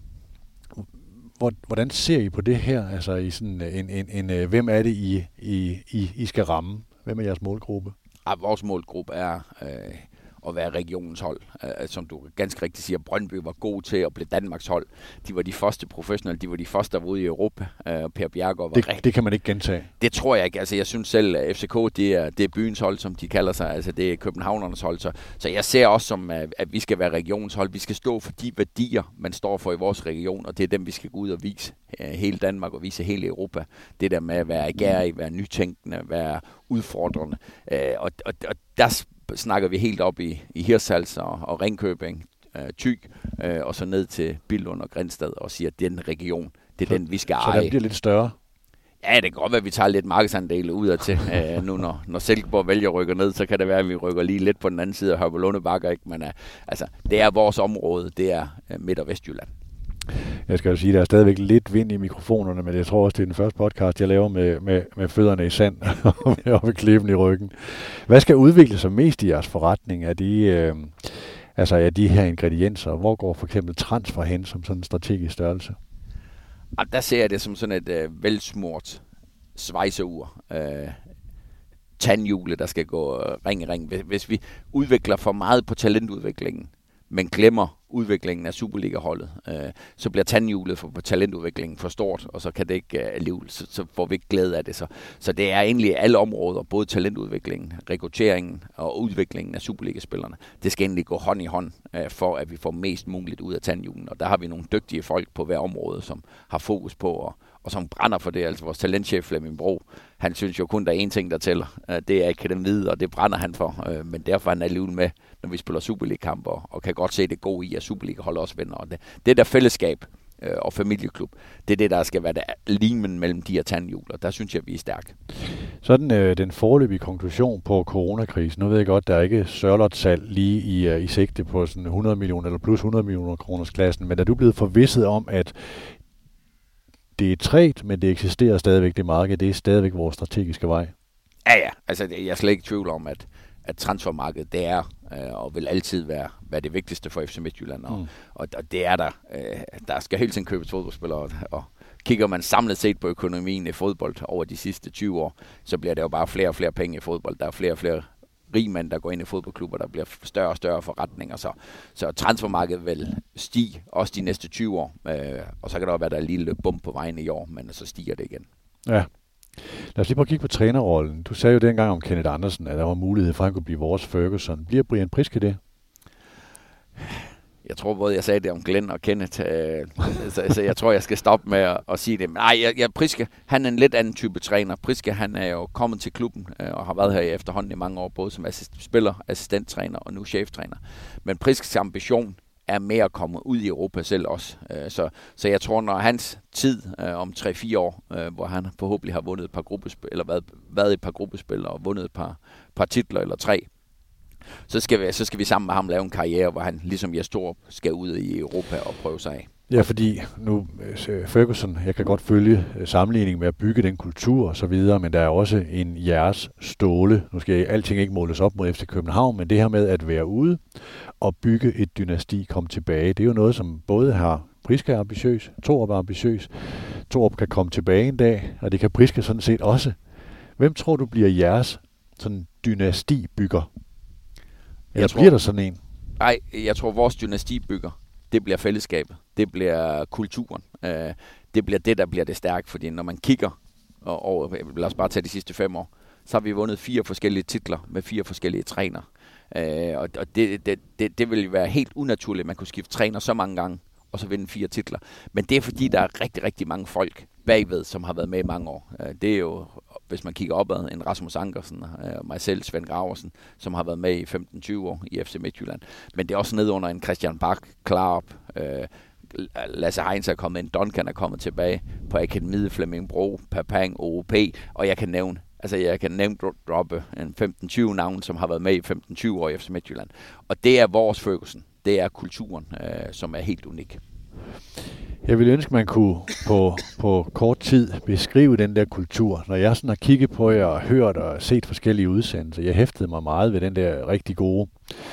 Hvordan ser I på det her? Altså i sådan en, en, en, en hvem er det I, I, I, I skal ramme? Hvem er jeres målgruppe? Ja, vores målgruppe er øh, at være regionens hold. Uh, som du ganske rigtigt siger, Brøndby var god til at blive Danmarks hold. De var de første professionelle, de var de første, der var ude i Europa. Uh, Per Bjergård var det, rigtig... det kan man ikke gentage. Det tror jeg ikke. Altså, jeg synes selv, at F C K, det er, det er byens hold, som de kalder sig. Altså, det er københavnernes hold. Så, så jeg ser også som, at vi skal være regionens hold. Vi skal stå for de værdier, man står for i vores region, og det er dem, vi skal gå ud og vise hele Danmark og vise hele Europa. Det der med at være agerig, være nytænkende, være udfordrende. Uh, og, og, og der snakker vi helt op i, i Hirtshals og, og Ringkøbing, uh, Thy, uh, og så ned til Billund og Grindsted og siger, at den region, det er så, den, vi skal eje. Så den bliver lidt større? Ja, det kan godt være, at vi tager lidt markedsandele ud af til. Uh, nu når, når Silkeborg vælger at rykke ned, så kan det være, at vi rykker lige lidt på den anden side af Hørvelunde Bakker. Ikke? Men uh, altså, det er vores område, det er uh, Midt- og Vestjylland. Jeg skal jo sige, at der er stadigvæk lidt vind i mikrofonerne, men jeg tror også, det er den første podcast, jeg laver med, med, med fødderne i sand og med klippen i ryggen. Hvad skal udvikle sig mest i jeres forretning? Er de, øh, altså er de her ingredienser? Hvor går for eksempel transfer hen som sådan en strategisk størrelse? Og der ser jeg det som sådan et øh, velsmurt svejseur. Øh, tandhjule, der skal gå øh, ring i ring. Hvis, hvis vi udvikler for meget på talentudviklingen, men glemmer udviklingen af Superliga-holdet, øh, så bliver tandhjulet for, for talentudviklingen for stort, og så kan det ikke øh, alligevel, så, så får vi ikke glæde af det. Så, så det er egentlig alle områder, både talentudviklingen, rekrutteringen og udviklingen af Superliga-spillerne. Det skal egentlig gå hånd i hånd, øh, for at vi får mest muligt ud af tandhjulen, og der har vi nogle dygtige folk på hver område, som har fokus på, og, og som brænder for det. Altså vores talentchef Flemming Bro, han synes jo kun, der er én ting, der tæller. Øh, det er akademiet, og det brænder han for, øh, men derfor er han alligevel med, når vi spiller Superliga-kamper, og, og kan godt se det gode i, at Superliga-holdet også vinder. Og det, det der fællesskab øh, og familieklub, det er det, der skal være det limen mellem de her tandhjul, og der synes jeg, vi er stærke. Sådan øh, den foreløbige konklusion på coronakrisen. Nu ved jeg godt, der er ikke sørlot-salg lige i, uh, i sigte på sådan hundrede millioner eller plus hundrede millioner kroners klassen, men er du blevet forvisset om, at det er trægt, men det eksisterer stadigvæk, det marked, det er stadigvæk vores strategiske vej? Ja, ja. Altså, jeg er slet ikke i tvivl om, at, at transfermarkedet, det er øh, og vil altid være, være det vigtigste for F C Midtjylland. Og, mm. og, og det er der. Øh, der skal hele tiden købes fodboldspillere, og, og kigger man samlet set på økonomien i fodbold over de sidste tyve år, så bliver det jo bare flere og flere penge i fodbold. Der er flere og flere rigmænd, der går ind i fodboldklubber, der bliver større og større forretninger. Så, så transfermarkedet vil stige også de næste tyve år. Øh, og så kan der jo være, der er en lille bump på vejen i år, men så stiger det igen. Ja. Lad os lige prøve at kigge på trænerrollen. Du sagde jo dengang om Kenneth Andersen, at der var mulighed for, at han kunne blive vores Ferguson. Bliver Brian Priske det? Jeg tror både, jeg sagde det om Glenn og Kenneth, øh, så, så jeg tror, jeg skal stoppe med at, at sige det. Men nej, jeg, jeg, Priske, han er en lidt anden type træner. Priske, han er jo kommet til klubben øh, og har været her efterhånden i mange år, både som assist- spiller, assistenttræner og nu cheftræner. Men Priskes ambition er mere at komme ud i Europa selv også. Øh, så, så jeg tror, når hans tid øh, om tre fire år, øh, hvor han forhåbentlig har vundet et par gruppespil, eller været, været et par gruppespil og vundet et par, par titler eller tre, Så skal, vi, så skal vi sammen med ham lave en karriere, hvor han, ligesom Jes Torup, skal ud i Europa og prøve sig af. Ja, fordi nu, Ferguson, jeg kan godt følge sammenligningen med at bygge den kultur og så videre, men der er også en jeres ståle. Nu skal alting ikke måles op mod F C København, men det her med at være ude og bygge et dynasti, komme tilbage, det er jo noget, som både har Priske er ambitiøs, Torup er ambitiøs. Torup kan komme tilbage en dag, og det kan Priske sådan set også. Hvem tror du bliver jeres sådan dynastibygger? Eller tror, bliver der sådan en? Nej, jeg tror, vores dynastibygger, det bliver fællesskabet. Det bliver kulturen. Øh, det bliver det, der bliver det stærke. Fordi når man kigger over, lad os bare tage de sidste fem år, så har vi vundet fire forskellige titler med fire forskellige trænere. Øh, og og det, det, det, det vil være helt unaturligt, at man kunne skifte træner så mange gange, og så vinde fire titler. Men det er fordi, der er rigtig, rigtig mange folk bagved, som har været med i mange år. Øh, det er jo, hvis man kigger opad, en Rasmus Ankersen og mig selv, Svend Graversen, som har været med i femten tyve år i F C Midtjylland. Men det er også ned under en Christian Bak, Klarup, øh, Lasse Heinz er kommet, en Duncan er kommet tilbage på akademiet, Flemming Bro, Papang, O O P, og jeg kan nævne, altså jeg kan nævne droppe en femten tyve navn, som har været med i femten tyve år i F C Midtjylland. Og det er vores Ferguson. Det er kulturen, øh, som er helt unik. Jeg ville ønske, man kunne på, på kort tid beskrive den der kultur. Når jeg sådan har kigget på jer og hørt og set forskellige udsendelser, jeg hæftede mig meget ved den der rigtig gode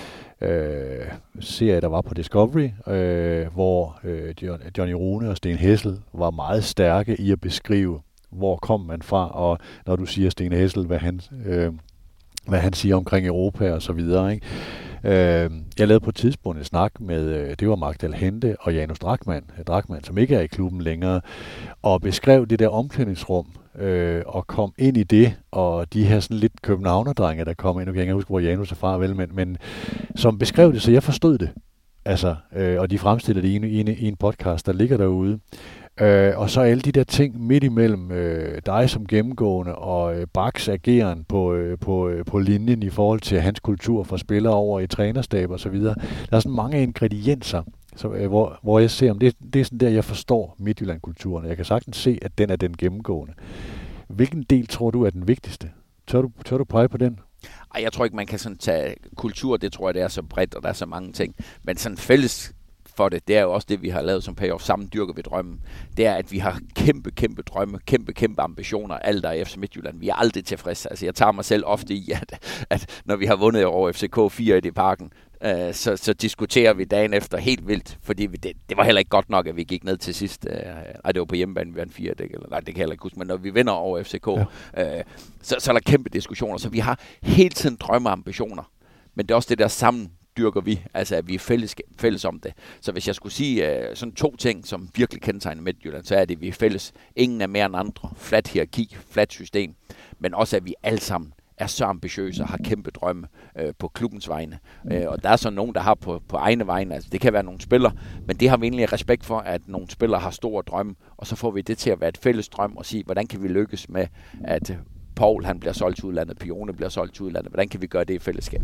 øh, serie, der var på Discovery, øh, hvor øh, Johnny Rune og Sten Hessel var meget stærke i at beskrive, hvor kom man fra, og når du siger Sten Hessel, hvad han, øh, hvad han siger omkring Europa og så videre, ikke? Øh, jeg lavede på et tidspunkt en snak med, øh, det var Magdal Hente og Janus Drachmann, Drachmann, som ikke er i klubben længere, og beskrev det der omklædningsrum, øh, og kom ind i det, og de her sådan lidt københavnerdrenge, der kom ind, og jeg kan ikke huske, hvor Janus er fra, vel, men, men som beskrev det, så jeg forstod det. Altså, øh, og de fremstiller det i en, i, en, i en podcast, der ligger derude. Øh, og så alle de der ting midt imellem øh, dig som gennemgående og øh, Baks ageren på, øh, på, øh, på linjen i forhold til hans kultur for spillere over i trænerstab og så videre. Der er sådan mange ingredienser, så, øh, hvor, hvor jeg ser, om det, det er sådan der, jeg forstår Midtjylland-kulturen. Jeg kan sagtens se, at den er den gennemgående. Hvilken del tror du er den vigtigste? Tør du, tør du pege på den? Ej, jeg tror ikke, man kan sådan tage kultur, det tror jeg, det er så bredt, og der er så mange ting. Men sådan fælles for det, det er jo også det, vi har lavet som payoff, sammen dyrker vi drømmen. Det er, at vi har kæmpe, kæmpe drømme, kæmpe, kæmpe ambitioner, alt der er F C Midtjylland. Vi er aldrig tilfredse. Altså, jeg tager mig selv ofte i, at, at når vi har vundet over F C K fire i parken, øh, så, så diskuterer vi dagen efter helt vildt, fordi vi, det, det var heller ikke godt nok, at vi gik ned til sidst. Øh, ej, det var på hjemmebane, vi vandt fire, det, eller, nej, det kan jeg heller ikke huske, men når vi vinder over F C K, ja. øh, så, så er der kæmpe diskussioner. Så vi har hele tiden drømme og ambitioner. Men det er også det der sammen dyrker vi, altså at vi er fælles, fælles om det. Så hvis jeg skulle sige uh, sådan to ting, som virkelig kendetegner Midtjylland, så er det, at vi er fælles. Ingen er mere end andre. Flat hierarki, flat system. Men også, at vi alle sammen er så ambitiøse og har kæmpe drømme uh, på klubbens vegne. Uh, og der er så nogen, der har på, på egne vegne. Altså, det kan være nogle spillere, men det har vi egentlig respekt for, at nogle spillere har store drømme, og så får vi det til at være et fælles drøm og sige, hvordan kan vi lykkes med, at Paul han bliver solgt til udlandet, Pione bliver solgt til udlandet. Hvordan kan vi gøre det i fællesskab?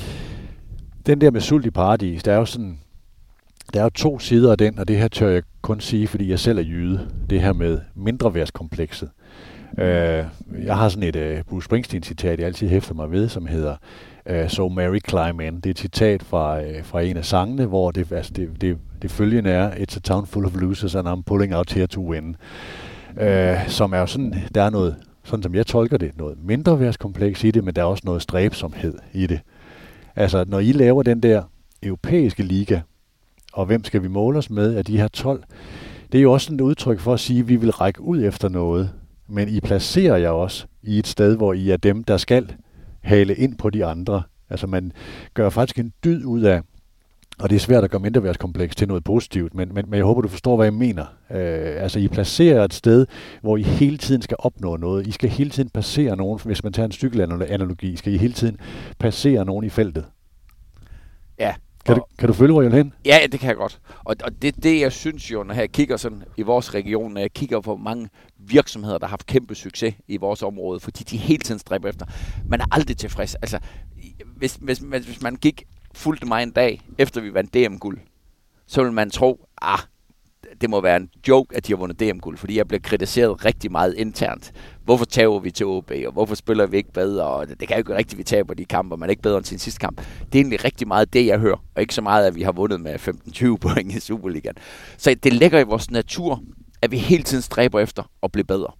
Den der med sult i paradis, der er jo sådan, der er jo to sider af den, og det her tør jeg kun sige, fordi jeg selv er jyde. Det her med mindreværdskomplekset. Uh, jeg har sådan et uh, Bruce Springsteen-citat, jeg altid hæfter mig ved, som hedder uh, So Mary Climb In. Det er et citat fra, uh, fra en af sangene, hvor det, altså det, det, det følgende er, It's a town full of losers, and I'm pulling out here to win. Uh, som er jo sådan, der er noget, sådan som jeg tolker det, noget mindreværdskompleks i det, men der er også noget stræbsomhed i det. Altså, når I laver den der europæiske liga, og hvem skal vi måle os med af de her tolv, det er jo også sådan et udtryk for at sige, at vi vil række ud efter noget, men I placerer jer også i et sted, hvor I er dem, der skal hale ind på de andre. Altså, man gør faktisk en dyd ud af, og det er svært at gøre mindreværdskompleks til noget positivt, men, men, men jeg håber, du forstår, hvad jeg mener. Øh, altså, I placerer et sted, hvor I hele tiden skal opnå noget. I skal hele tiden passere nogen, hvis man tager en cykelanalogi, skal I hele tiden passere nogen i feltet. Ja. Kan, du, kan du følge, hvor jeg vil hen? Ja, det kan jeg godt. Og, og det, det, jeg synes jo, når jeg kigger sådan i vores region, når jeg kigger på mange virksomheder, der har haft kæmpe succes i vores område, fordi de hele tiden stræber efter. Man er aldrig tilfreds. Altså, hvis, hvis, hvis man gik fulgte mig en dag, efter vi vandt D M-guld, så vil man tro, ah, det må være en joke, at de har vundet D M-guld, fordi jeg bliver kritiseret rigtig meget internt. Hvorfor taber vi til O B, og hvorfor spiller vi ikke bedre? Og det kan jo ikke rigtigt, at vi taber de kamper, men ikke bedre end sin sidste kamp. Det er egentlig rigtig meget det, jeg hører, og ikke så meget, at vi har vundet med femten tyve point i Superligaen. Så det ligger i vores natur, at vi hele tiden stræber efter at blive bedre.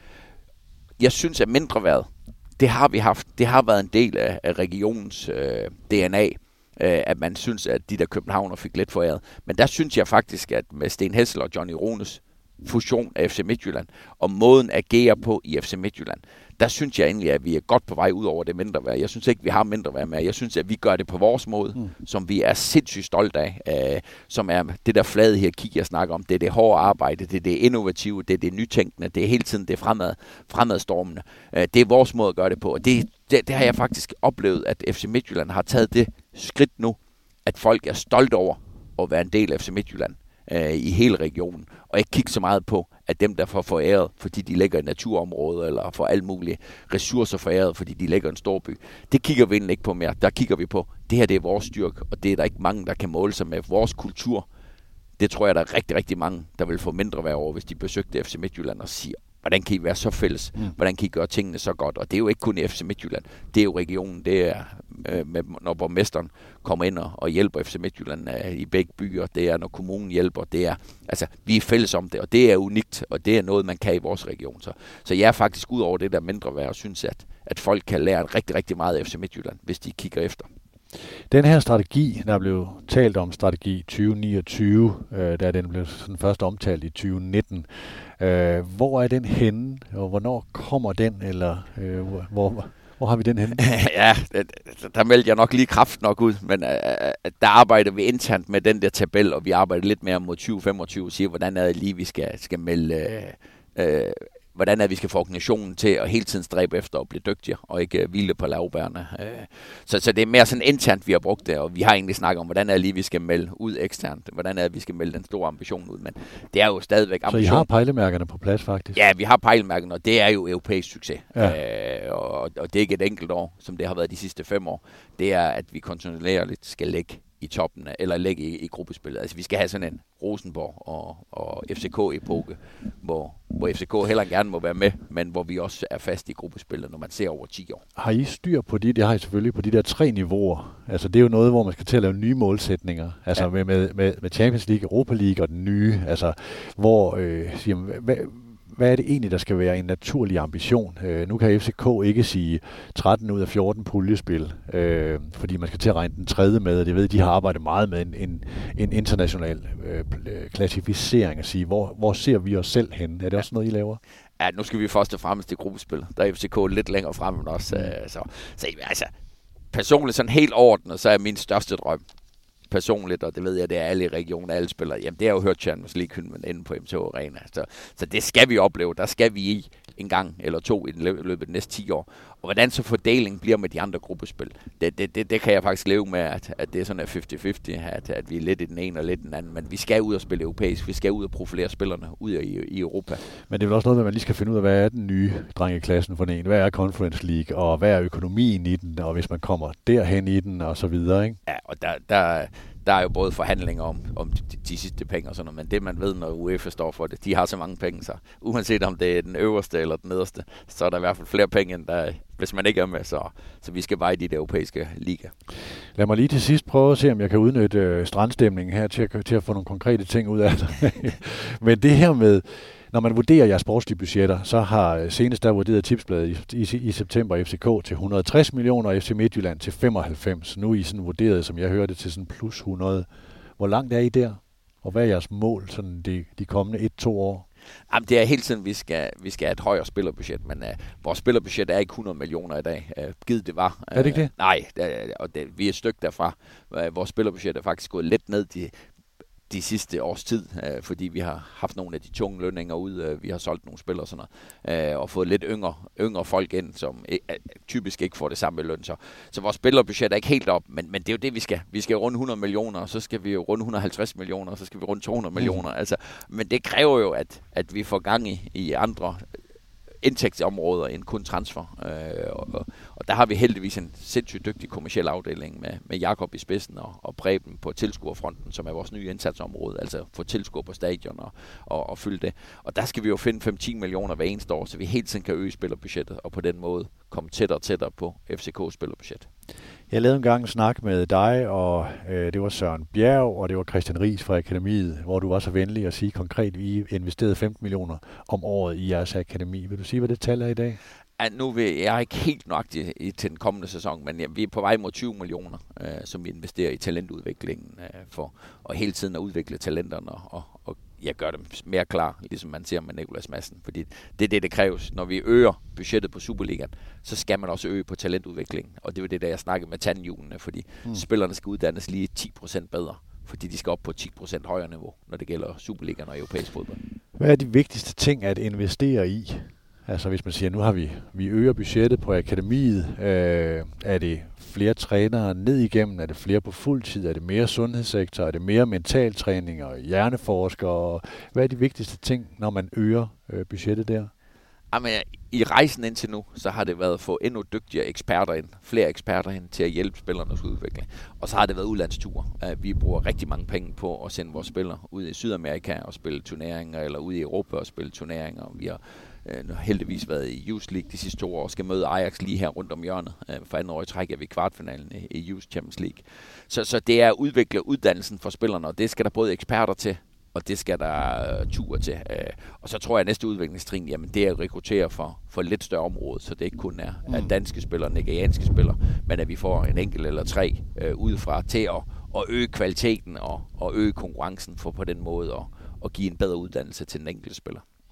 Jeg synes, at mindreværd, det har vi haft. Det har været en del af, af regionens øh, D N A, at man synes, at de der københavner fik lidt foræret. Men der synes jeg faktisk, at med Sten Hessel og Johnny Rones fusion af F C Midtjylland, og måden at agere på i F C Midtjylland, der synes jeg egentlig, at vi er godt på vej ud over det mindreværd. Jeg synes ikke, vi har mindreværd med. Jeg synes, at vi gør det på vores måde, mm. som vi er sindssygt stolte af, øh, som er det der flade hierarki, jeg snakker om. Det er det hårde arbejde, det er det innovative, det er det nytænkende, det er hele tiden det fremad, fremadstormende. Øh, det er vores måde at gøre det på, og det, det, det har jeg faktisk oplevet, at F C Midtjylland har taget det skridt nu, at folk er stolte over at være en del af F C Midtjylland øh, i hele regionen, og ikke kigge så meget på, at dem, der får foræret, fordi de ligger i naturområder, eller får alle mulige ressourcer foræret, fordi de ligger i en stor by. Det kigger vi egentlig ikke på mere. Der kigger vi på, det her det er vores styrke, og det er der ikke mange, der kan måle sig med. Vores kultur, det tror jeg, der er rigtig, rigtig mange, der vil få mindre værd over, hvis de besøgte F C Midtjylland og siger, hvordan kan I være så fælles? Mm. Hvordan kan I gøre tingene så godt? Og det er jo ikke kun i F C Midtjylland. Det er jo regionen. Det er, øh, med, når borgmesteren kommer ind og, og hjælper F C Midtjylland øh, i begge byer. Det er, når kommunen hjælper. Det er, altså, vi er fælles om det, og det er unikt, og det er noget, man kan i vores region. Så, så jeg er faktisk ud over det der mindre værd og synes, at, at folk kan lære rigtig, rigtig meget af F C Midtjylland, hvis de kigger efter. Den her strategi, der blev talt om strategi tyve niogtyve, øh, da den blev sådan først omtalt i tyve nitten, øh, hvor er den henne, og hvornår kommer den, eller øh, hvor, Hvor har vi den henne? Ja, der meldte jeg nok lige kraft nok ud, men uh, der arbejder vi internt med den der tabel, og vi arbejder lidt mere mod tyve femogtyve og siger, hvordan er det lige, vi skal, skal melde... Uh, uh, hvordan er det, vi skal få organisationen til at hele tiden stræbe efter at blive dygtigere, og ikke uh, hvile på lavbærene. Uh, så, så det er mere sådan internt, vi har brugt det, og vi har egentlig snakket om, hvordan er det lige, vi skal melde ud eksternt, hvordan er det, vi skal melde den store ambition ud, men det er jo stadigvæk ambition. Så I har pejlemærkerne på plads, faktisk? Ja, vi har pejlemærkerne, og det er jo europæisk succes. Ja. Uh, og, og det er ikke et enkelt år, som det har været de sidste fem år. Det er, at vi kontinuerligt skal lægge i toppen, eller lægge i, i gruppespillet. Altså, vi skal have sådan en Rosenborg og, og F C K-epoke, hvor, hvor F C K heller gerne må være med, men hvor vi også er fast i gruppespillet, når man ser over ti år. Har I styr på de, det har I selvfølgelig på de der tre niveauer? Altså, det er jo noget, hvor man skal til at lave nye målsætninger. Altså, ja. med, med, med Champions League, Europa League og den nye. Altså, hvor, øh, siger man, hvad, hvad er det egentlig, der skal være en naturlig ambition? Øh, nu kan F C K ikke sige tretten ud af fjorten puljespil, øh, fordi man skal til at regne den tredje med, og det ved, de har arbejdet meget med en, en, en international øh, klassificering at sige, hvor, hvor ser vi os selv henne? Er det også noget, I laver? Ja, nu skal vi først og fremmest til gruppespil. Der er F C K lidt længere frem end os. Mm. Så, så altså, personligt sådan helt ordnet, så er min største drøm personligt, og det ved jeg, det er alle i regionen, alle spillere. Jamen, det har jo hørt Champions League-hymnen inde på M T H Arena. Så, så det skal vi opleve. Der skal vi i en gang eller to i løbet af de næste ti år. Og hvordan så fordelingen bliver med de andre gruppespil, det, det, det, det kan jeg faktisk leve med, at, at det er sådan en halvtreds halvtreds, at, at vi er lidt i den ene og lidt i den anden. Men vi skal ud og spille europæisk. Vi skal ud og profilere spillerne ud i, i Europa. Men det er vel også noget, at man lige skal finde ud af, hvad er den nye drengeklassen for en? Hvad er Conference League? Og hvad er økonomien i den? Og hvis man kommer derhen i den, og så videre, ikke? Ja, og der... der Der er jo både forhandlinger om, om de, de sidste penge og sådan noget, men det man ved, når UEFA står for det, de har så mange penge, så uanset om det er den øverste eller den nederste, så er der i hvert fald flere penge, end der, hvis man ikke er med, så, så vi skal bare i de europæiske liga. Lad mig lige til sidst prøve at se, om jeg kan udnytte øh, strandstemningen her til at, til at få nogle konkrete ting ud af det. Men det her med, når man vurderer jeres sportslige budgetter, så har senest der vurderet Tipsbladet i, i, i september F C K til et hundrede og tres millioner og F C Midtjylland til femoghalvfems. Nu er I sådan vurderet, som jeg hørte, til sådan plus hundrede. Hvor langt er I der? Og hvad er jeres mål sådan de, de kommende et to år? Jamen, det er hele tiden, vi skal, vi skal have et højere spillerbudget, men uh, vores spillerbudget er ikke hundrede millioner i dag. Uh, givet det var. Uh, er det ikke det? Nej, uh, og det, vi er et stykke derfra. Uh, vores spillerbudget er faktisk gået lidt ned de, de sidste års tid, øh, fordi vi har haft nogle af de tunge lønninger ud, øh, vi har solgt nogle spillere og sådan noget, øh, og fået lidt yngre, yngre folk ind, som øh, typisk ikke får det samme løn. Så, så vores spillerbudget er ikke helt op, men, men det er jo det, vi skal. Vi skal runde hundrede millioner, og så skal vi jo runde et hundrede og halvtreds millioner, og så skal vi runde to hundrede millioner. Altså, men det kræver jo, at, at vi får gang i, i andre indtægtsområder end kun transfer. Øh, og, og der har vi heldigvis en sindssygt dygtig kommerciel afdeling med, med Jakob i spidsen og, og Preben på tilskuerfronten, som er vores nye indsatsområde, altså få tilskuer på stadion og, og, og fylde det. Og der skal vi jo finde fem til ti millioner hver eneste år, så vi hele tiden kan øge spillerbudgettet og på den måde komme tættere og tættere på F C K's spillerbudget. Jeg lavede en gang en snak med dig, og øh, det var Søren Bjerg, og det var Christian Ries fra Akademiet, hvor du var så venlig at sige konkret, at I investerede femten millioner om året i jeres akademi. Vil du sige, hvad det tal er i dag? Ja, nu vil jeg ikke helt nøjagtig til den kommende sæson, men ja, vi er på vej mod tyve millioner, øh, som vi investerer i talentudviklingen øh, for og hele tiden at udvikle talenterne og, og, og jeg gør dem mere klar, ligesom man ser med Nicolas Madsen. Fordi det er det, det kræves. Når vi øger budgettet på Superligaen, så skal man også øge på talentudviklingen. Og det er det, der jeg snakkede med tandhjulene, fordi mm. spillerne skal uddannes lige ti procent bedre, fordi de skal op på ti procent højere niveau, når det gælder Superligaen og europæisk fodbold. Hvad er de vigtigste ting at investere i? Altså hvis man siger, nu har vi, vi øger budgettet på akademiet, øh, er det flere trænere ned igennem, er det flere på fuld tid, er det mere sundhedssektor, er det mere mentaltræning og hjerneforskere? Hvad er de vigtigste ting, når man øger øh, budgettet der? Jamen, i rejsen indtil nu, så har det været at få endnu dygtigere eksperter ind, flere eksperter ind til at hjælpe spillernes udvikling. Og så har det været udlandsture. Vi bruger rigtig mange penge på at sende vores spillere ud i Sydamerika og spille turneringer, eller ud i Europa og spille turneringer. Vi har øh, heldigvis været i Youth League de sidste to år og skal møde Ajax lige her rundt om hjørnet. For andet år i træk er vi i kvartfinalen i Youth Champions League. Så, så det er at udvikle uddannelsen for spillerne, og det skal der både eksperter til, og det skal der uh, ture til. Uh, og så tror jeg, at næste udviklingstrin, jamen det er at rekruttere for, for et lidt større område, så det ikke kun er mm. danske spillere, nigerianske spillere, men at vi får en enkelt eller tre uh, udefra til at, at øge kvaliteten og, og øge konkurrencen for på den måde at, at give en bedre uddannelse til den enkelte spiller.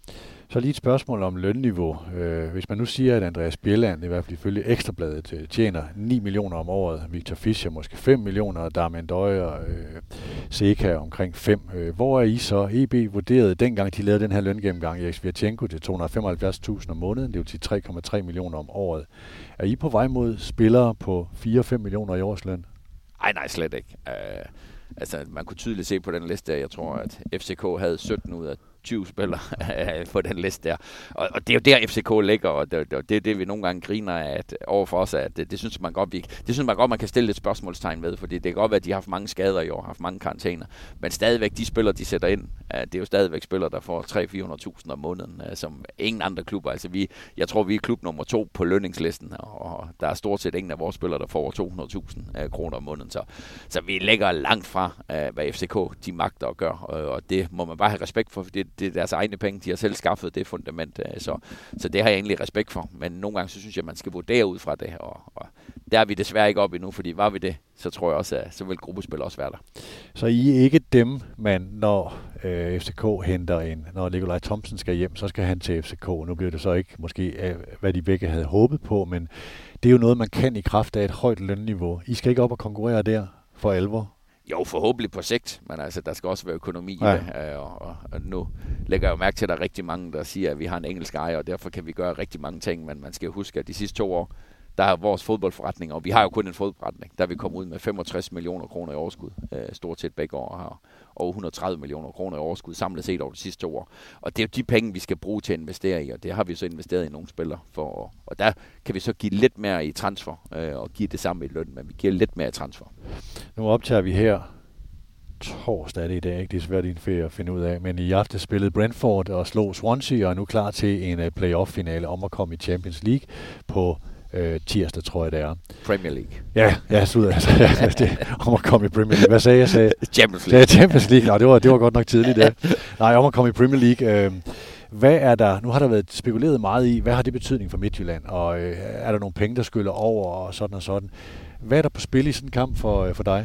Så lige et spørgsmål om lønniveau. Øh, hvis man nu siger, at Andreas Bjelland, i hvert fald ifølge Ekstrabladet, tjener ni millioner om året, Victor Fischer måske fem millioner, og Darman Døje og øh, Seca omkring fem. Øh, hvor er I så? E B vurderede dengang, de lavede den her løngennemgang, Erik Svirtjenko til to hundrede og femoghalvfjerds tusind om måneden, det vil sige tre komma tre millioner om året. Er I på vej mod spillere på fire til fem millioner i årsløn? Ej, nej, slet ikke. Uh, altså, man kunne tydeligt se på den liste, jeg tror, at F C K havde sytten ud af tyve spillere på den liste der. Og, og det er jo der, F C K ligger, og det, det, det er det, vi nogle gange griner af at, overfor os, at det, det, synes man godt, vi, det synes man godt, man kan stille et spørgsmålstegn ved, fordi det kan godt være, at de har haft mange skader i år, har haft mange karantæner, men stadigvæk, de spillere, de sætter ind, det er jo stadigvæk spillere, der får tre til fire hundrede tusind om måneden, som ingen andre klubber. Altså, vi, jeg tror, vi er klub nummer to på lønningslisten, og der er stort set ingen af vores spillere, der får over to hundrede tusind kroner om måneden, så, så vi ligger langt fra, hvad F C K, de magter at gøre, og det må man bare have respekt for, fordi det er deres egne penge, de har selv skaffet det fundament, så, så det har jeg egentlig respekt for, men nogle gange så synes jeg, at man skal vurdere ud fra det, og, og der er vi desværre ikke oppe endnu, fordi var vi det, så tror jeg også, at så vil gruppespil også være der. Så I er ikke dem, man, når øh, F C K henter en, når Nikolaj Thomsen skal hjem, så skal han til F C K. Nu bliver det så ikke måske, øh, hvad de begge havde håbet på, men det er jo noget, man kan i kraft af et højt lønniveau. I skal ikke op og konkurrere der for alvor. Jo, forhåbentlig på sigt, men altså, der skal også være økonomi i det, og, og, og nu lægger jeg jo mærke til, at der er rigtig mange, der siger, at vi har en engelsk ejer, og derfor kan vi gøre rigtig mange ting, men man skal jo huske, at de sidste to år, der er vores fodboldforretning, og vi har jo kun en fodboldforretning, der vi kommet ud med femogtres millioner kroner i overskud, øh, stort set begge år har over et hundrede og tredive millioner kroner i overskud, samlet set over de sidste to år. Og det er jo de penge, vi skal bruge til at investere i, og det har vi så investeret i nogle spillere for. Og der kan vi så give lidt mere i transfer, øh, og give det samme i løn, men vi giver lidt mere i transfer. Nu optager vi her torsdag er det i dag, ikke? Det er svært at finde ud af, men i aften spillede Brentford og slog Swansea og er nu klar til en uh, playoff-finale om at komme i Champions League på uh, tirsdag, tror jeg det er. Premier League. Ja, ja, slut, altså, ja, det, om at komme i Premier League. Hvad sagde jeg? Sagde, Champions League. Ja, Champions League. Nå, det var, det var godt nok tidligt, ja. Nej, om at komme i Premier League. Uh, hvad er der, nu har der været spekuleret meget i, hvad har det betydning for Midtjylland, og uh, er der nogle penge, der skyller over, og sådan og sådan. Hvad er der på spil i sådan en kamp for, uh, for dig?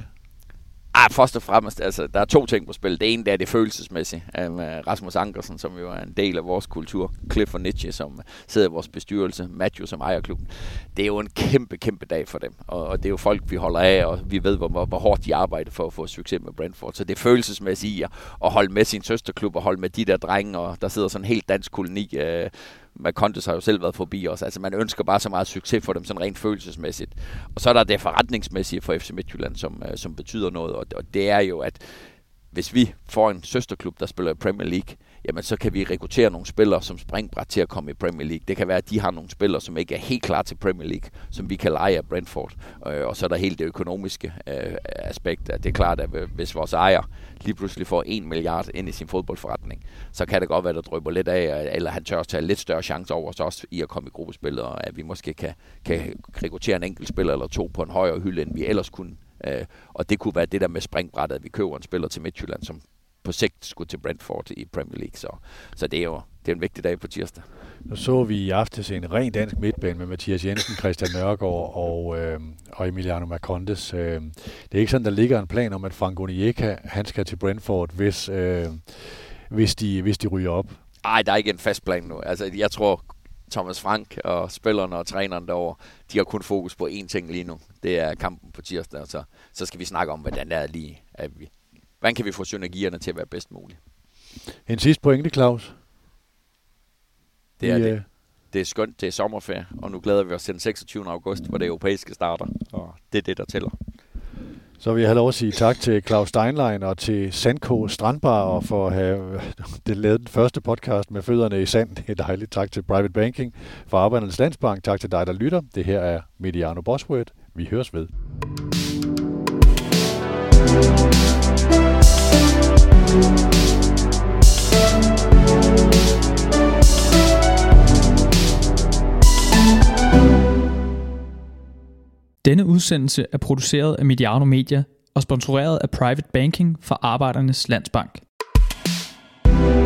Ah, først og fremmest, altså, der er to ting på spil. Det ene, det er det følelsesmæssige. Um, Rasmus Ankersen, som jo er en del af vores kultur. Cliff og Nietzsche, som sidder i vores bestyrelse. Matthew, som ejer klubben. Det er jo en kæmpe, kæmpe dag for dem. Og, og det er jo folk, vi holder af, og vi ved, hvor, hvor, hvor hårdt de arbejder for at få succes med Brentford. Så det er følelsesmæssigt i at, at holde med sin søsterklub, og holde med de der drenge, og der sidder sådan en helt dansk koloni. Uh, Macontes har jo selv været forbi os. Altså, man ønsker bare så meget succes for dem, sådan rent følelsesmæssigt. Og så er der det forretningsmæssige for F C Midtjylland, som, som betyder noget. Og det er jo, at hvis vi får en søsterklub, der spiller i Premier League, jamen så kan vi rekruttere nogle spillere som springbræt til at komme i Premier League. Det kan være, at de har nogle spillere, som ikke er helt klar til Premier League, som vi kan lege af Brentford. Og så er der helt det økonomiske aspekt. Det er klart, at hvis vores ejer lige pludselig får en milliard ind i sin fodboldforretning, så kan det godt være, der drøber lidt af, eller han tør at tage lidt større chance over os også i at komme i gruppespillet, og at vi måske kan, kan rekruttere en enkelt spiller eller to på en højere hylde, end vi ellers kunne. Uh, og det kunne være det der med springbrættet, at vi køber en spiller til Midtjylland, som på sigt skulle til Brentford i Premier League. Så, så det er jo det er en vigtig dag på tirsdag. Nu så vi i aftes en ren dansk midtbane med Mathias Jensen, Christian Nørgaard og, øh, og Emiliano Macondes. Øh, det er ikke sådan, der ligger en plan om, at Frank Onyeka, han skal til Brentford, hvis, øh, hvis, de, hvis de ryger op. Nej, der er ikke en fast plan nu. Altså, jeg tror, Thomas Frank og spillerne og træneren derovre, de har kun fokus på én ting lige nu. Det er kampen på tirsdag, og så, så skal vi snakke om, hvordan det er lige. At vi, hvordan kan vi få synergierne til at være bedst muligt? En sidste pointe, Claus. Det er, I, det. Det er skønt, det er sommerferie, og nu glæder vi os til den seksogtyvende august, hvor det europæiske starter, og det er det, der tæller. Så vil jeg have lov at sige tak til Claus Steinlein og til Sandko Strandbar og for at have det lavet den første podcast med fødderne i sand. Det er dejligt. Tak til Private Banking for Arbejdernes Landsbank. Tak til dig, der lytter. Det her er Mediano Bosworth. Vi høres ved. Denne udsendelse er produceret af Mediano Media og sponsoreret af Private Banking for Arbejdernes Landsbank.